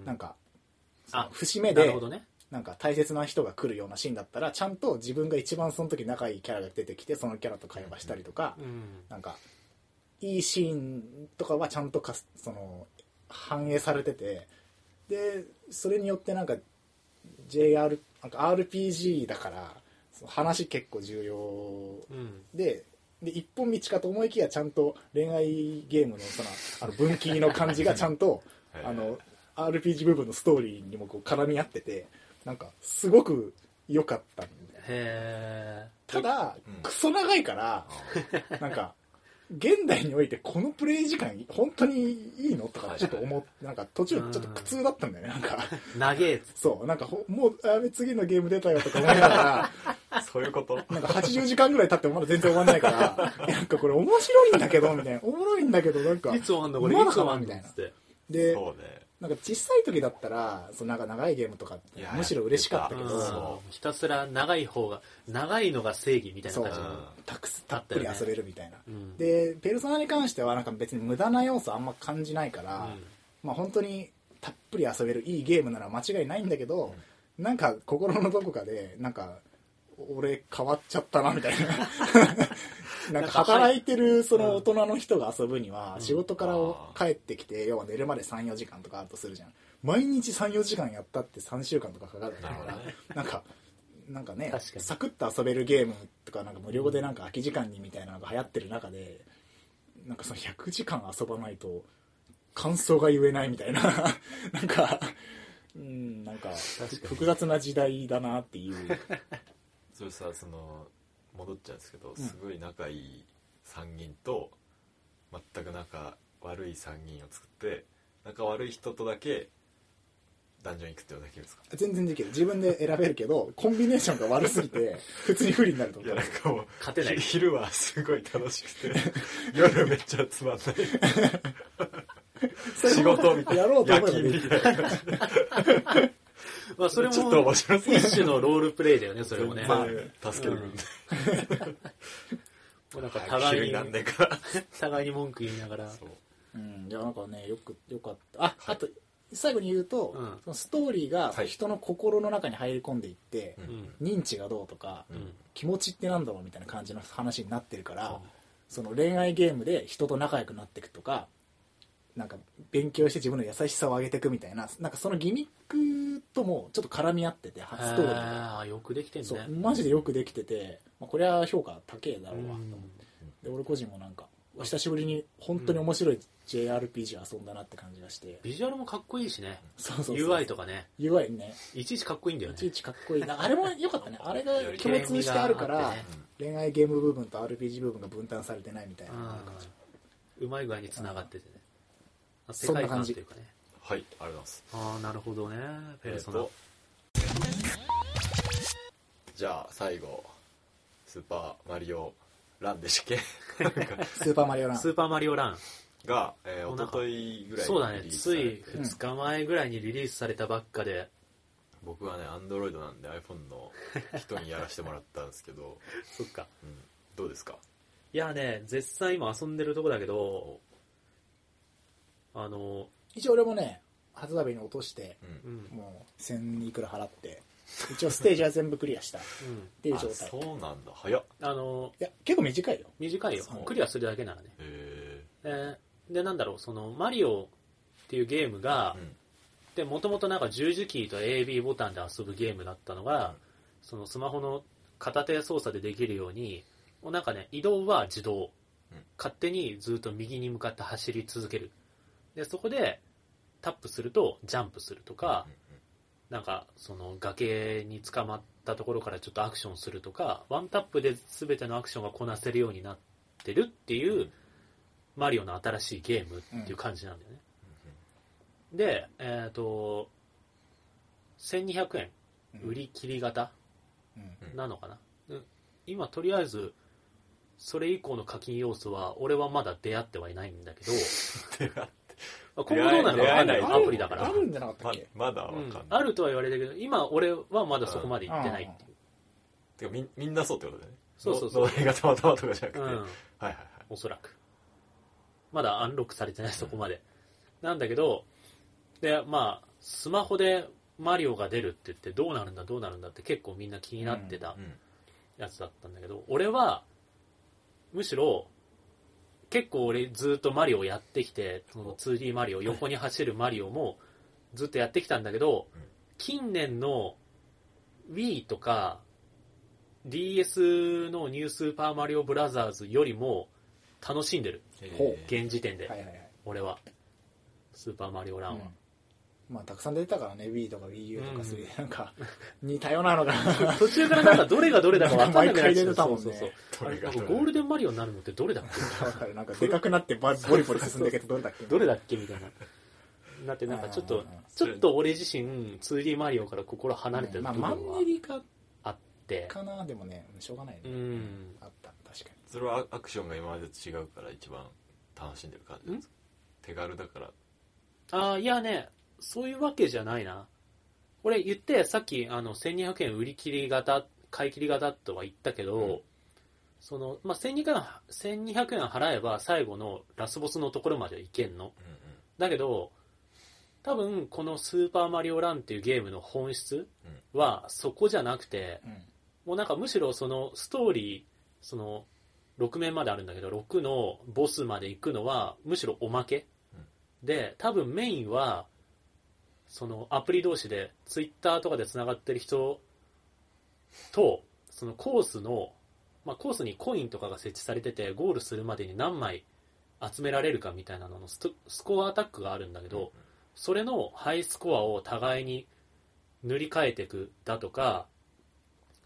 なんか節目でなんか大切な人が来るようなシーンだったらちゃんと自分が一番その時仲いいキャラが出てきてそのキャラと会話したりとか、うん、なんかいいシーンとかはちゃんとかその反映されてて、でそれによってなんか ジェイアール なんか アールピージー だから話結構重要、うん、でで一本道かと思いきやちゃんと恋愛ゲームのそのあの分岐の感じがちゃんとあの アールピージー 部分のストーリーにもこう絡み合っててなんかすごく良かったんだよ。 へー。 ただ、うん、クソ長いからなんか現代においてこのプレイ時間本当にいいのとかちょっと思ってなんか途中ちょっと苦痛だったんだよね。なんか長えそうなんかもうあれ次のゲーム出たよとか思いながらそういうことなんかはちじゅうじかんぐらい経ってもまだ全然終わんないからなんかこれ面白いんだけどみたいなおもろいんだけどなんかいつ終わんのこれまだかなみたいなでそうねなんか小さい時だったらそのなんか長いゲームとかってむしろ嬉しかったけど、 ひたすら長い方が長いのが正義みたいな感じのたくたっぷり遊べるみたいな、うん、でペルソナに関してはなんか別に無駄な要素あんま感じないから、うん、まあ本当にたっぷり遊べるいいゲームなら間違いないんだけど、うん、なんか心のどこかでなんか俺変わっちゃったなみたいななんか働いてるその大人の人が遊ぶには仕事から帰ってきて要は寝るまで さんよじかんとかあるとするじゃん。毎日 さんよじかんやったってさんしゅうかんとかかかるからなんかなんかねサクッと遊べるゲームとかなんか無料でなんか空き時間にみたいなのが流行ってる中でなんかそのひゃくじかん遊ばないと感想が言えないみたいななんかうんなんか複雑な時代だなっていうそれさ、その戻っちゃうんですけど、うん、すごい仲いいさんにんと全く仲悪いさんにんを作って仲悪い人とだけダンジョン行くってのはできるんですか？ 全然できる。自分で選べるけどコンビネーションが悪すぎて普通に不利になると思う。 いやなんかもう勝てない。 昼はすごい楽しくて夜めっちゃつまんない仕事みたいなやろうと思えば夜勤みたいなまあそれもちょっと面白そう。 一種のロールプレイだよね、それもね。 まあ、助けるんで、 うん、もうなんか互いになんでか互いに文句言いながら。 そう、うん、いやなんかねよくよかった。あ、はい、あと最後に言うと、うん、そのストーリーが人の心の中に入り込んでいって、うん、認知がどうとか、うん、気持ちってなんだろうみたいな感じの話になってるから、うん、その恋愛ゲームで人と仲良くなっていくとか、なんか勉強して自分の優しさを上げていくみたいな、なんかそのギミックともちょっと絡み合ってて、ストーリーがあよくできてんね。 そうマジでよくできてて、まあ、これは評価高えだろうわと思って、で俺個人もなんか久しぶりに本当に面白い ジェイアールピージー 遊んだなって感じがして、 ビジュアルもかっこいいしね。 そうそうそうユーアイ とかねユーアイ ねいちいちかっこいいんだよね。 いちいちかっこいいな。あれも良かったね。あれが共通してあるから、ね、恋愛ゲーム部分と アールピージー 部分が分担されてないみたいな感じ。 うまい具合に繋がっててね、 そんな感じ。 世界観というかね。 はい、ありがとうございます。 ああなるほどね。ペルソナ、えー、 じゃあ最後スーパーマリオランでしたっけスーパーマリオランスーパーマリオランが、えー、一昨日ぐらいにリリースされて、 そうだね、ついふつかまえぐらいにリリースされたばっかで、 うん、僕はね Android なんで iPhone の人にやらせてもらったんですけどそっか、 うん、どうですか？ いやね絶賛今遊んでるとこだけど、あの一応俺もね初旅に落として、うん、もうせんいくら払って一応ステージは全部クリアしたっていう状態。 そうなんだ、早っ。 あのいや結構短いよ。 短いよ、クリアするだけならね。 へーでなんだろう、そのマリオっていうゲームが、うん、でもともとなんか十字キーと エービー ボタンで遊ぶゲームだったのが、うん、そのスマホの片手操作でできるように、もうなんかね移動は自動、うん、勝手にずっと右に向かって走り続ける。でそこでタップするとジャンプするとか、なんかその崖に捕まったところからちょっとアクションするとか、ワンタップで全てのアクションがこなせるようになってるっていうマリオの新しいゲームっていう感じなんだよね。うん、で、えっとせんにひゃくえん売り切り型なのかな。うん、今とりあえずそれ以降の課金要素は俺はまだ出会ってはいないんだけど出会って今後どうなるか分かんない。アプリだからあるんじゃなかったっけ？ ま, まだ分かんない、うん、 あるとは言われてるけど今俺はまだそこまで行ってないっていう。 てか み, みんなそうってことだね。 そうそうそう。 どれがたまたまとかじゃなくて、うん、はいはいはい。 おそらくまだアンロックされてない、そこまで、うん、なんだけど、でまあスマホでマリオが出るって言ってどうなるんだどうなるんだって結構みんな気になってたやつだったんだけど、うんうん、俺はむしろ結構俺ずっとマリオやってきて、その ツーディー マリオ、横に走るマリオもずっとやってきたんだけど、近年の Wii とか ディーエス のニュースーパーマリオブラザーズよりも楽しんでる、現時点で、はいはいはい、俺はスーパーマリオランは、 うん、まあたくさん出てたからね、 Wii とか WiiU とかそういう、うん、なんか似たようなのが途中からなんかどれがどれだか分かんなくなっちゃう。 そうそうそう、 ゴールデンマリオになるのってどれだっけ分かる。なんかでかくなってボリボリ進んでいけどどれだっけどれだっけみたいな。だってなんかちょっとちょっと俺自身 ツーディー マリオから心離れてる部分はあって、まあ、マンネリかかな。でもねしょうがないね、うん、あった確かに。 それはアクションが今までと違うから一番楽しんでる感じですか？手軽だから。 ああいやね、そういうわけじゃないな。俺言ってさっきあのせんにひゃくえん売り切り型買い切り型とは言ったけど、うん、そのまあ、せんにひゃくえん払えば最後のラスボスのところまで行けんの、うんうん、だけど多分このスーパーマリオランっていうゲームの本質はそこじゃなくて、うん、もうなんかむしろそのストーリー、そのろくめんまであるんだけどろくのボスまで行くのはむしろおまけ、うん、で多分メインはそのアプリ同士でツイッターとかでつながってる人とそのコースの、まあ、コースにコインとかが設置されててゴールするまでに何枚集められるかみたいなののスコアアタックがあるんだけど、うん、それのハイスコアを互いに塗り替えていくだとか、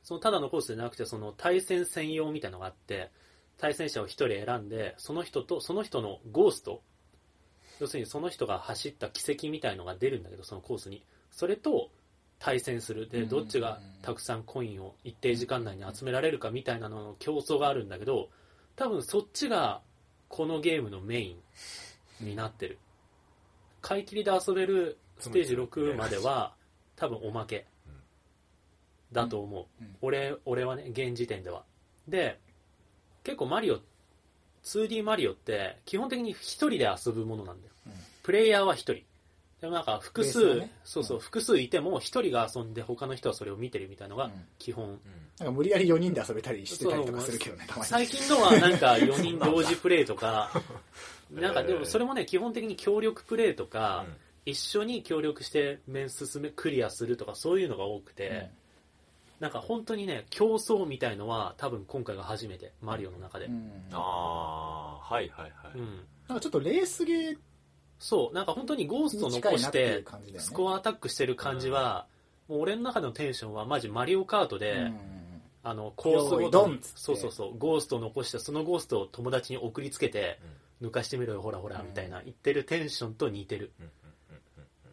そのただのコースじゃなくてその対戦専用みたいなのがあって、対戦者を一人選んでその人とその人のゴースト、要するにその人が走った軌跡みたいのが出るんだけど、そのコースにそれと対戦する。でどっちがたくさんコインを一定時間内に集められるかみたいなのの競争があるんだけど、多分そっちがこのゲームのメインになってる。買い切りで遊べるステージろくまでは多分おまけだと思う、うんうん、俺, 俺はね現時点では。で結構マリオ ツーディー マリオって基本的に一人で遊ぶものなんだよ、うん、プレイヤーは一人でもなんか複数、ね、そうそう、うん、複数いても一人が遊んで他の人はそれを見てるみたいなのが基本、うんうん、 なんか無理やりよにんで遊べたりしてたりとかするけどね、たまに最近のはなんかよにん同時プレイとかなんかでもそれもね基本的に協力プレイとか、うん、一緒に協力して面進めクリアするとかそういうのが多くて、うん、なんか本当にね競争みたいのは多分今回が初めてマリオの中で、うん、 ああはいはいはい、うん、 なんかちょっとレースゲーそうなんか本当にゴースト残してスコアアタックしてる感じは、うん、もう俺の中でのテンションはマジマリオカートで、うん、あのコースごとにそうそうそうゴーストを残してそのゴーストを友達に送りつけて、うん、抜かしてみろよほらほらみたいな言ってるテンションと似てる、うん、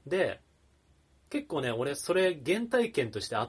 で結構ね俺それ原体験としてあって、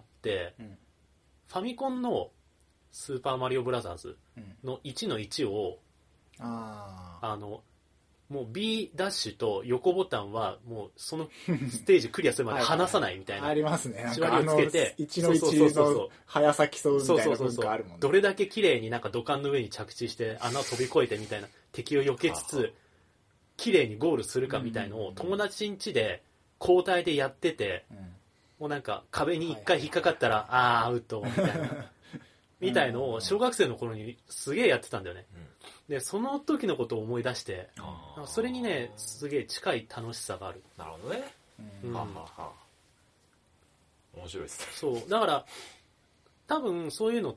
うん、ファミコンのスーパーマリオブラザーズのいちのいちを、うん、あ, あのもう B ダッシュと横ボタンはもうそのステージクリアするまで離さないみたいなありますね。なんかあのいちのいちの速さ競うみたいな文化あるもんね。 どれだけ綺麗になんか土管の上に着地して穴を飛び越えてみたいな敵を避けつつ綺麗にゴールするかみたいのを友達ん家で交代でやってて、もうなんか壁に一回引っかかったらあーアウトみたいなみたいのを小学生の頃にすげえやってたんだよね。でその時のことを思い出してそれにねすげえ近い楽しさがある。 なるほどね、うん、ははは面白いですね。 そうだから多分そういうのって、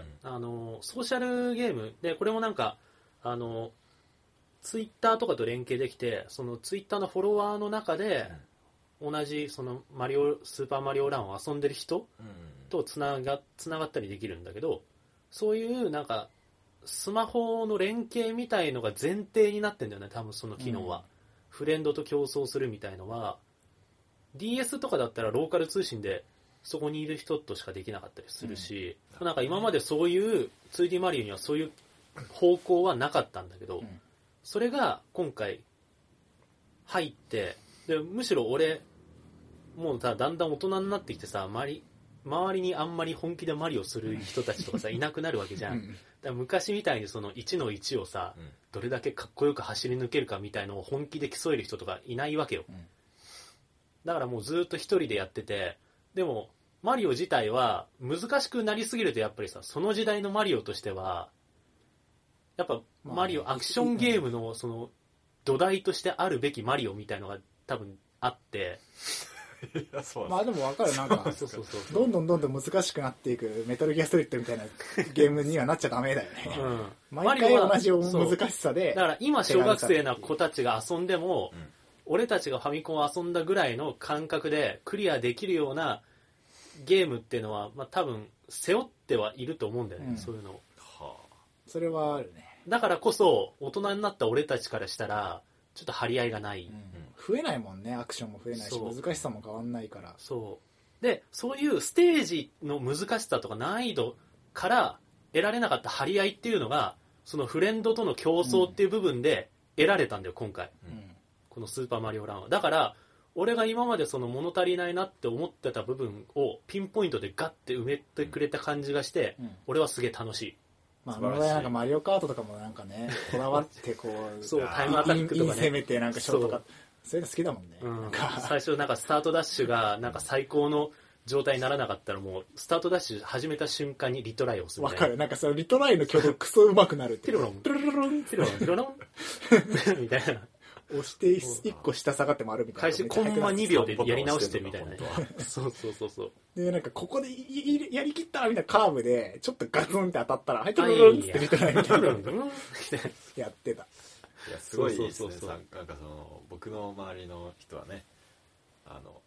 うん、あのソーシャルゲームでこれもなんかあのツイッターとかと連携できてそのツイッターのフォロワーの中で、うん、同じそのマリオスーパーマリオランを遊んでる人とつなが、つながったりできるんだけどそういうなんかスマホの連携みたいのが前提になってんだよね多分その機能は、うん、フレンドと競争するみたいのは ディーエス とかだったらローカル通信でそこにいる人としかできなかったりするし、うん、なんか今までそういう ツーディー マリオにはそういう方向はなかったんだけど、うん、それが今回入ってでむしろ俺もうさだんだん大人になってきてさ周り周りにあんまり本気でマリオする人たちとかさいなくなるわけじゃん、うん、だから昔みたいにそのいちのいちをさ、うん、どれだけかっこよく走り抜けるかみたいのを本気で競える人とかいないわけよ、うん、だからもうずっと一人でやっててでもマリオ自体は難しくなりすぎるとやっぱりさその時代のマリオとしてはやっぱマリオ、まあ、アクションゲームのその土台としてあるべきマリオみたいのが多分あっていやそうまあでも分かるなんかそうそうそうどんどんどんどん難しくなっていくメタルギアストリートみたいなゲームにはなっちゃダメだよね、うん、毎回同じ難しさでだから今小学生な子たちが遊んでも、うん、俺たちがファミコンを遊んだぐらいの感覚でクリアできるようなゲームっていうのは、まあ、多分背負ってはいると思うんだよね、うん、そういうのを、はあ、 それはあるね。 だからこそ大人になった俺たちからしたらちょっと張り合いがない、うん増えないもんねアクションも増えないし難しさも変わんないからそうでそういうステージの難しさとか難易度から得られなかった張り合いっていうのがそのフレンドとの競争っていう部分で得られたんだよ今回、うん、このスーパーマリオランはだから俺が今までその物足りないなって思ってた部分をピンポイントでガッて埋めてくれた感じがして、うん、俺はすげえ楽しい。 まあ、なんかマリオカートとかもなんかねこだわってこうそうタイムアタックとかね攻めてなんかショートとかそういうの好きだもんね、 うん、なんか最初なんかスタートダッシュがなんか最高の状態にならなかったらもうスタートダッシュ始めた瞬間にリトライをするわかるなんかそのリトライの挙動クソ上手くなるってピロロンピロロンピロロンピロロンみたいな押していっこ下下がって回るみたいな開始コンマにびょうでやり直してるみたいなねそうそうそうそうでなんかここでやりきったらみたいなカーブでちょっとガツンって当たったらはいトゥルルンってリトライみたいなやってた。 いやすごいいいですね。なんかその僕の周りの人はねあの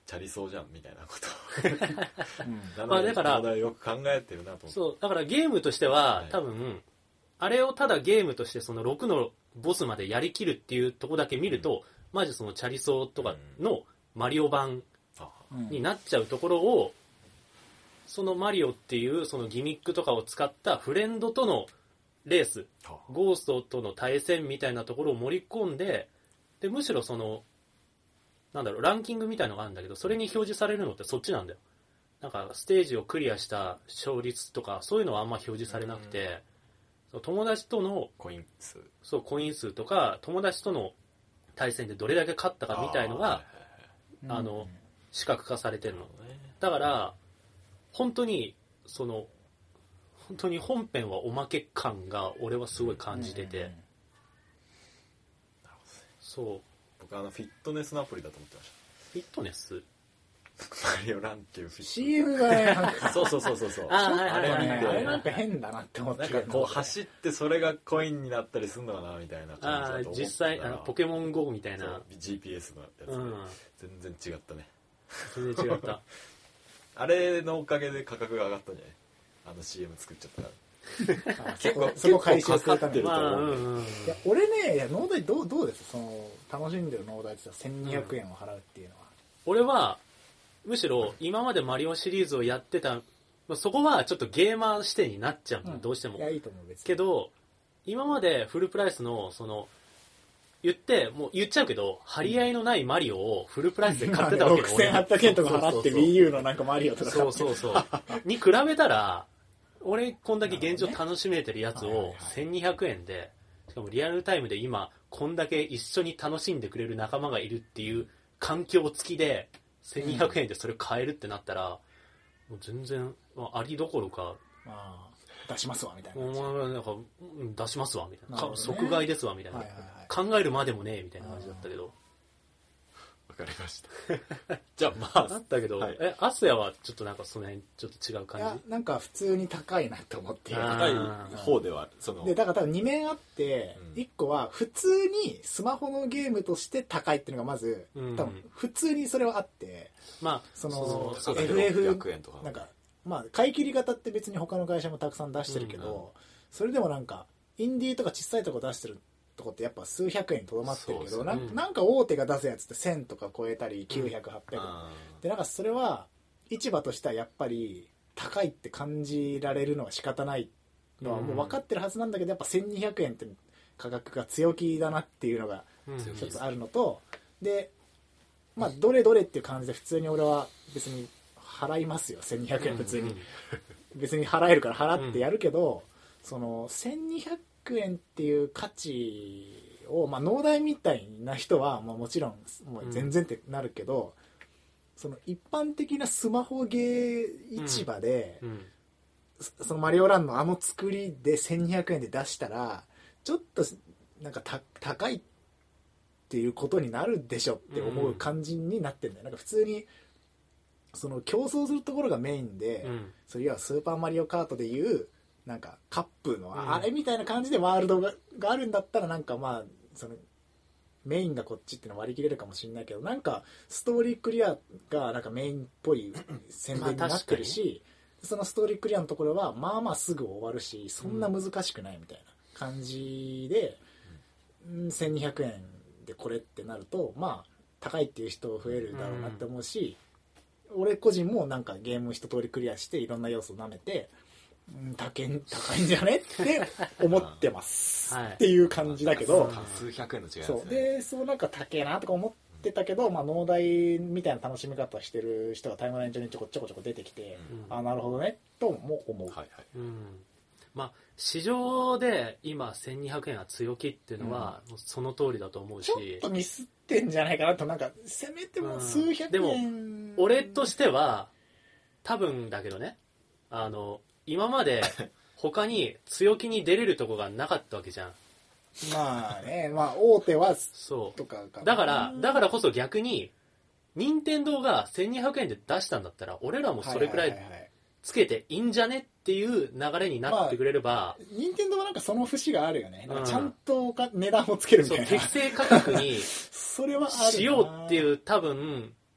チャリそうじゃんみたいなことをまあだからよく考えてるなと思って。 そうだからゲームとしては、 はい、 多分あれをただゲームとしてそのろくのボスまでやりきるっていうとこだけ見ると、うん、マジそのチャリソーとかのマリオ版になっちゃうところを、そのマリオっていうそのギミックとかを使ったフレンドとのレース、ゴーストとの対戦みたいなところを盛り込んで、でむしろそのなんだろうランキングみたいのがあるんだけど、それに表示されるのってそっちなんだよ。なんかステージをクリアした勝率とかそういうのはあんま表示されなくて、友達とのコイン数、 そうコイン数とか友達との対戦でどれだけ勝ったかみたいのが あ, あの視覚化されてるの。だから本当にその本当に本編はおまけ感が俺はすごい感じてて、うんうんうん、そう僕あのフィットネスのアプリだと思ってました。 フィットネスマリオランっていうフィットシーエム がねそうそうそうそうそうああれはねあれなんか変だなって思って、 なんかこう走ってそれがコインになったりするのかなみたいな感じだと思ってたら、 あ実際あのポケモン ゴー みたいなジーピーエス のやつで、うん、全然違ったね。 全然違ったあれのおかげで価格が上がったんじゃない？あの シーエム 作っちゃったから結構そこ回収するために、 まあうんうん、いや俺ねいや農大どうどうですその楽しんでる農大ってせんにひゃくえんを払うっていうのは、 うん、俺はむしろ今までマリオシリーズをやってたそこはちょっとゲーマー視点になっちゃうの、うん、どうしても。 いやいいと思う別に。 けど今までフルプライスのその言ってもう言っちゃうけど張り合いのないマリオをフルプライスで買ってたわけよ、 ろくせんはっぴゃくえんとか払って Wii U のなんかマリオとかそうそうそうに比べたら俺こんだけ現状楽しめてるやつをせんにひゃくえんで、しかもリアルタイムで今こんだけ一緒に楽しんでくれる仲間がいるっていう環境付きでせんにひゃくえんでそれ買えるってなったら、もう全然ありどころか、 まあ、出しますわみたいなお前なんか出しますわみたいな、 ね、 即買いですわみたいな、はいはいはい、考えるまでもねえみたいな感じだったけど、 わかりましたじゃあまあだったけど、はい、えアスヤはちょっとなんかその辺ちょっと違う感じ。 いやなんか普通に高いなと思って高い方ではそのでだから多分に面あって、うん、いっこは普通にスマホのゲームとして高いっていうのがまず、うん、多分普通にそれはあって、 まあそのそのエフエフとかなんかまあ買い切り型って別に他の会社もたくさん出してるけど、うんうん、それでもなんかインディーとか小さいとこ出してるとこってやっぱ数百円にとどまってるけど、な, なんか大手が出すやつってせんとか超えたりきゅうひゃく、はっぴゃく、うん、でなんかそれは市場としてはやっぱり高いって感じられるのは仕方ないのはもう分かってるはずなんだけど、やっぱせんにひゃくえんって価格が強気だなっていうのが一つあるのと、でまあどれどれっていう感じで普通に俺は別に払いますよせんにひゃくえん普通に別に払えるから払ってやるけど、そのせんにひゃくえんっていう価値を、まあ、農大みたいな人は、まあ、もちろんもう全然ってなるけど、うん、その一般的なスマホゲー市場で、うんうん、そのマリオランのあの作りでせんにひゃくえんで出したらちょっとなんかた高いっていうことになるでしょって思う感じになってるんだよ。なんか普通にその競争するところがメインで、それはスーパーマリオカートでいうなんかカップのあれみたいな感じでワールドがあるんだったらなんかまあそのメインがこっちっていうの割り切れるかもしれないけど、なんかストーリークリアがなんかメインっぽい宣伝になってるし、そのストーリークリアのところはまあまあすぐ終わるしそんな難しくないみたいな感じで、うん、せんにひゃくえんでこれってなるとまあ高いっていう人増えるだろうなって思うし、俺個人もなんかゲーム一通りクリアしていろんな要素を舐めてうん、高いんじゃねって思ってますっていう感じだけど、 数百円の違いですね。 そうでそうなんか高えなとか思ってたけど、まあ、農大みたいな楽しみ方してる人がタイムライン上にちょこちょこちょこ出てきて、うん、あなるほどねとも思う、はいはい、 うん、まあ市場で今せんにひゃくえんは強気っていうのは、うん、その通りだと思うし、 ちょっとミスってんじゃないかなと、なんかせめても数百円、 うん、でも俺としては多分だけどね、あの今まで他に強気に出れるとこがなかったわけじゃん。 まあね、まあ大手はそうとかかだからだからこそ逆に任天堂がせんにひゃくえんで出したんだったら俺らもそれくらいつけていいんじゃねっていう流れになってくれれば、まあ、 任天堂はなんかその節があるよね。なんかちゃんとか値段をつけるみたいな、 そう適正価格にそれはあるしようっていう多分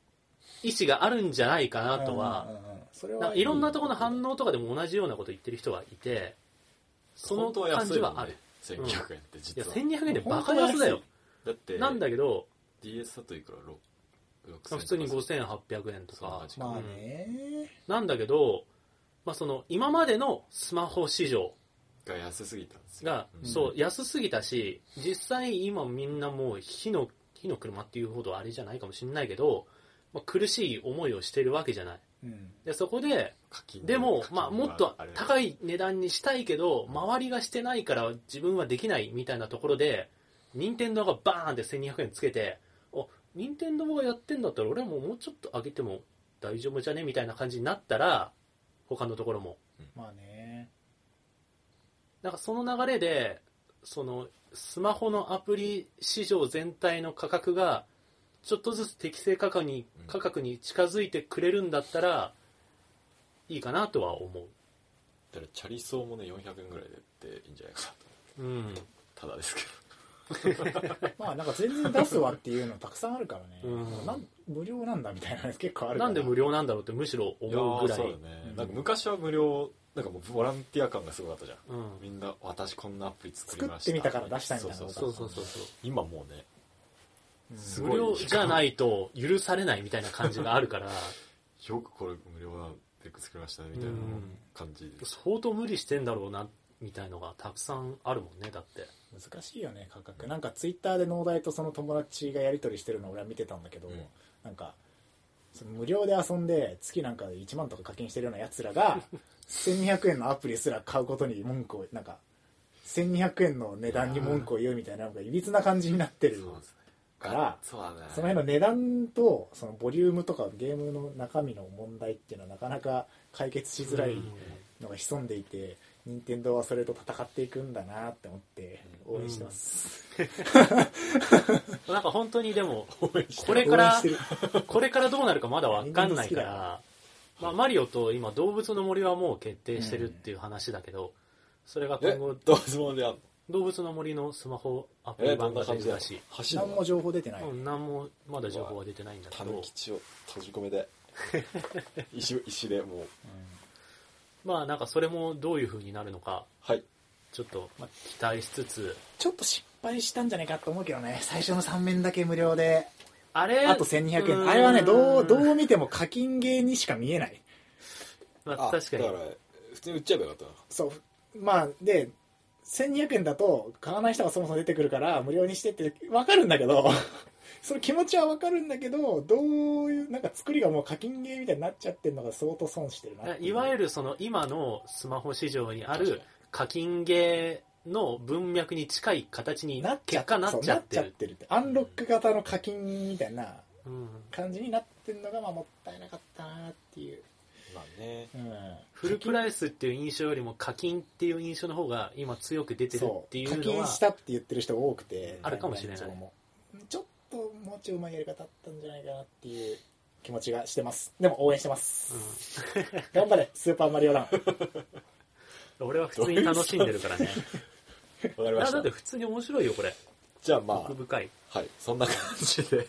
意思があるんじゃないかなとは、 うんうんうん、それはなんかいろんなところの反応とかでも同じようなこと言ってる人がいて、その感じはある。 せんにひゃくえんって実は、 いやせんにひゃくえんでバカ安だよ。 だってなんだけどディーエス だといくらろくせん普通にごせんはっぴゃくえんとか、 まあね、 うん、なんだけど、まあ、その今までのスマホ市場が安すぎたんですよ。 が、 うん、 そう安すぎたし、実際今みんなもう火の火の車っていうほどあれじゃないかもしれないけど、まあ、苦しい思いをしてるわけじゃない。うん、でそこででも、まあ、もっと高い値段にしたいけど周りがしてないから自分はできないみたいなところで任天堂がバーンってせんにひゃくえんつけて、あ、任天堂がやってんだったら俺はもうもうちょっと上げても大丈夫じゃねみたいな感じになったら他のところも、 まあね、 なんかその流れでそのスマホのアプリ市場全体の価格がちょっとずつ適正価格に、価格に近づいてくれるんだったらいいかなとは思う。 だからチャリソーもねよんひゃくえんぐらいで売っていいんじゃないかなと、うん、ただですけどまあなんか全然出すわっていうのたくさんあるからね、うん、なん無料なんだみたいな結構あるから、 なんで無料なんだろうってむしろ思うぐらい。 そうだね、うん、なんか昔は無料なんかもうボランティア感がすごかったじゃん、うん、みんな私こんなアプリ作りました作ってみたから出したみたいな。 そうそうそうそうそう。 今もうね無料じゃないと許されないみたいな感じがあるからよくこれ無料なんで作りましたねみたいな感じで、うん、 相当無理してんだろうなみたいのがたくさんあるもんね。だって難しいよね価格。なんかツイッターで農大とその友達がやり取りしてるのを俺は見てたんだけど、うん、なんかその無料で遊んで月なんかいちまんとか課金してるようなやつらがせんにひゃくえんのアプリすら買うことに文句をなんかせんにひゃくえんの値段に文句を言うみたいななんかいびつな感じになってるから、 そうだね、 その辺の値段とそのボリュームとかゲームの中身の問題っていうのはなかなか解決しづらいのが潜んでいて、任天堂はそれと戦っていくんだなって思って応援してます、 うん、なんか本当にでもこれからこれからどうなるかまだ分かんないから、まあ、マリオと今動物の森はもう決定してるっていう話だけど、それが今後動物の森あんの動物の森のスマホアプリ版が出るらしい。 何も情報出てない、 うん、何もまだ情報は出てないんだけど、 タヌキチを閉じ込めで石, 石でもう、うん、 まあなんかそれもどういう風になるのか、 はい、 ちょっと期待しつつ、 ちょっと失敗したんじゃないかと思うけどね。最初のさん面だけ無料であれあとせんにひゃくえん、あれはねどうどう見ても課金ゲーにしか見えない。 まあ確かにだから普通に売っちゃえばよかったな。 そうまあでせんにひゃくえんだと買わない人がそもそも出てくるから無料にしてって分かるんだけどその気持ちは分かるんだけど、どういうなんか作りがもう課金ゲーみたいになっちゃってるのが相当損してるなっていう。 いわゆるその今のスマホ市場にある課金ゲーの文脈に近い形に結果なっちゃってるってアンロック型の課金みたいな感じになってるのがまあもったいなかったなっていう。 まあね、 うん、フルプライスっていう印象よりも課金っていう印象の方が今強く出てるっていうのは課金したって言ってる人が多くてあるかもしれない。 ちょっともうちょいうまいやり方あったんじゃないかなっていう気持ちがしてます。でも応援してます、うん、頑張れスーパーマリオラン俺は普通に楽しんでるからねわかりました。 だって普通に面白いよこれ。 じゃあまあ奥深い。 はいそんな感じで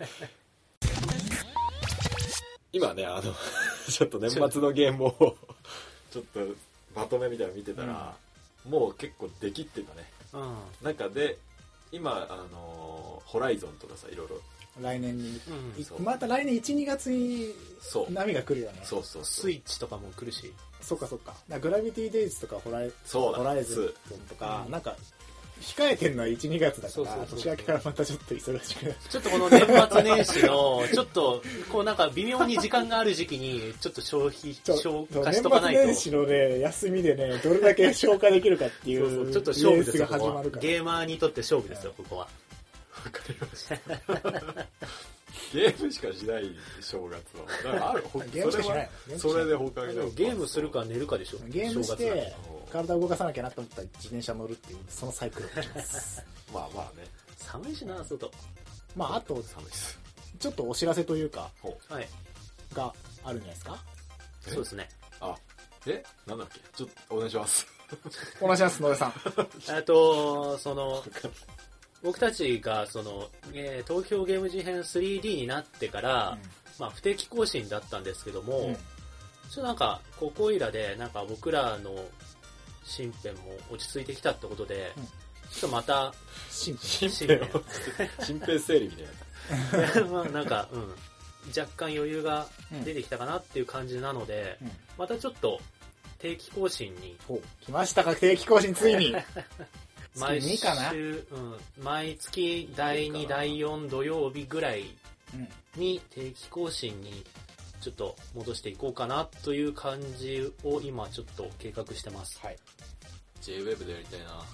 今ねあのちょっと年末のゲームをちょっとまとめみたいなの見てたら、うん、もう結構できってたね、うん、中で今あのホライゾンとかさいろいろ来年に、うん、また来年いち、にがつに波が来るよね。 そうそうそうスイッチとかも来るし。 そうかそうか。グラビティデイズとかホライホライズンとか、うん、なんか控えてるのはいち、にがつだから年明けからまたちょっと忙しくなる。 ちょっとこの年末年始のちょっとこうなんか微妙に時間がある時期にちょっと消費消化しとかないと。 年末年始のね休みでねどれだけ消化できるかっていうそうそうちょっと勝負ですよ。ここはゲーマーにとって勝負ですよ、はい、ここは。 わかりましたゲームしかしない正月はだからあるゲームしかしないそれで他にゲームするか寝るかでしょ。 ゲームして体を動かさなきゃなと思ったら自転車乗るっていうそのサイクルをしますまあまあね寒いしな外。 まああと寒いですちょっとお知らせというかはいがあるんじゃないですか。 そうですね。 あえなんだっけちょっとお願いしますお願いします野田さんえっとその僕たちがその、えー、東京ゲーム事変 スリーディー になってから、 まあ、不定期更新だったんですけども、 うん、 ちょっとなんかここいらでなんか僕らの身辺も落ち着いてきたってことで、うん、ちょっとまた身辺身辺整理みたいなまあなんか、うん、若干余裕が出てきたかなっていう感じなので、うん、またちょっと定期更新に来ましたか、定期更新ついに毎週、うん、毎月だいにだいよん土曜日ぐらいに定期更新にちょっと戻していこうかなという感じを今ちょっと計画してます。はい。 ジェイウェブ でやりたいな。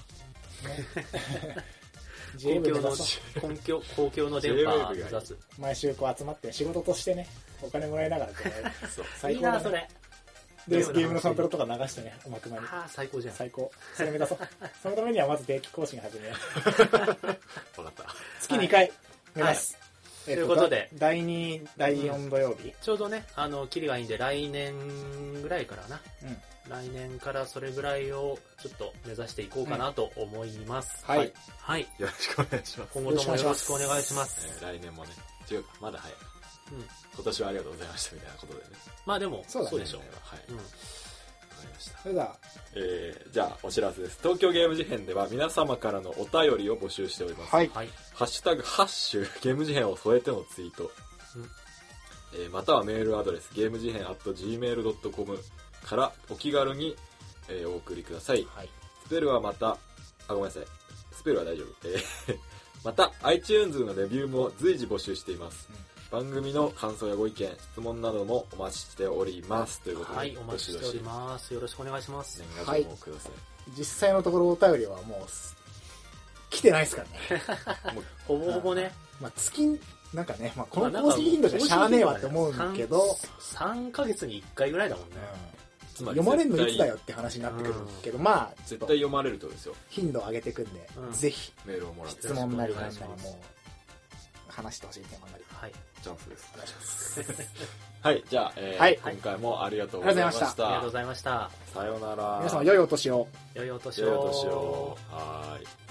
公共の公共公共の電波を目指す。 毎週こう集まって仕事としてね、お金もらいながらこうそう最高だね。いいなそれ。 でゲームのサントラとか流してね、うまくまに。 ああ最高じゃん。 最高。それ目指そう。そのためにはまず定期更新始めよう。 分かった。 月にかい目指す。 ということでだいに、だいよん土曜日、うん、 ちょうどね、あのキリがいいんで来年ぐらいからな、うん、来年からそれぐらいをちょっと目指していこうかなと思います、 うん、はい、 はい、 よろしくお願いします。 今後ともよろしくお願いします。 えー、来年もね、違うか、まだ早い、うん、今年はありがとうございましたみたいなことでね。 まあでもそうだね、 そうでしょう、 はい、うん、わかりました。 それでは、 えー、じゃあお知らせです。東京ゲーム事変では皆様からのお便りを募集しております。 はい、 ハッシュタグハッシュゲーム事変を添えてのツイート、うんえー、またはメールアドレスゲーム事変 アットジーメールドットコム からお気軽に、えー、お送りください、はい、スペルはまたあごめんなさいスペルは大丈夫、えー、また iTunes のレビューも随時募集しています、うん、番組の感想やご意見質問などもお待ちしておりますということで、 はい、お待ちしております。よろしくお願いします。 年賀状もください、 はい、実際のところお便りはもう来てないですからねほぼほぼね、 まあ、月なんかね、まあ、この更新頻度じゃしゃあねえわって思うんけど、 さんかげつにいっかいぐらいだもんね、 うん、読まれるのいつだよって話になってくるけど、うん、まあ絶対読まれるとですよ。頻度を上げていくんで、うん、ぜひメールをもらって質問なりなんなりもう話してほしいテーマなり、 はい、 チャンスです。 お願いしますはいじゃあ、えーはい、今回もありがとうございました。ありがとうございました。 さようなら。 皆様良いお年を。 良いお年を。 良いお年を。はい。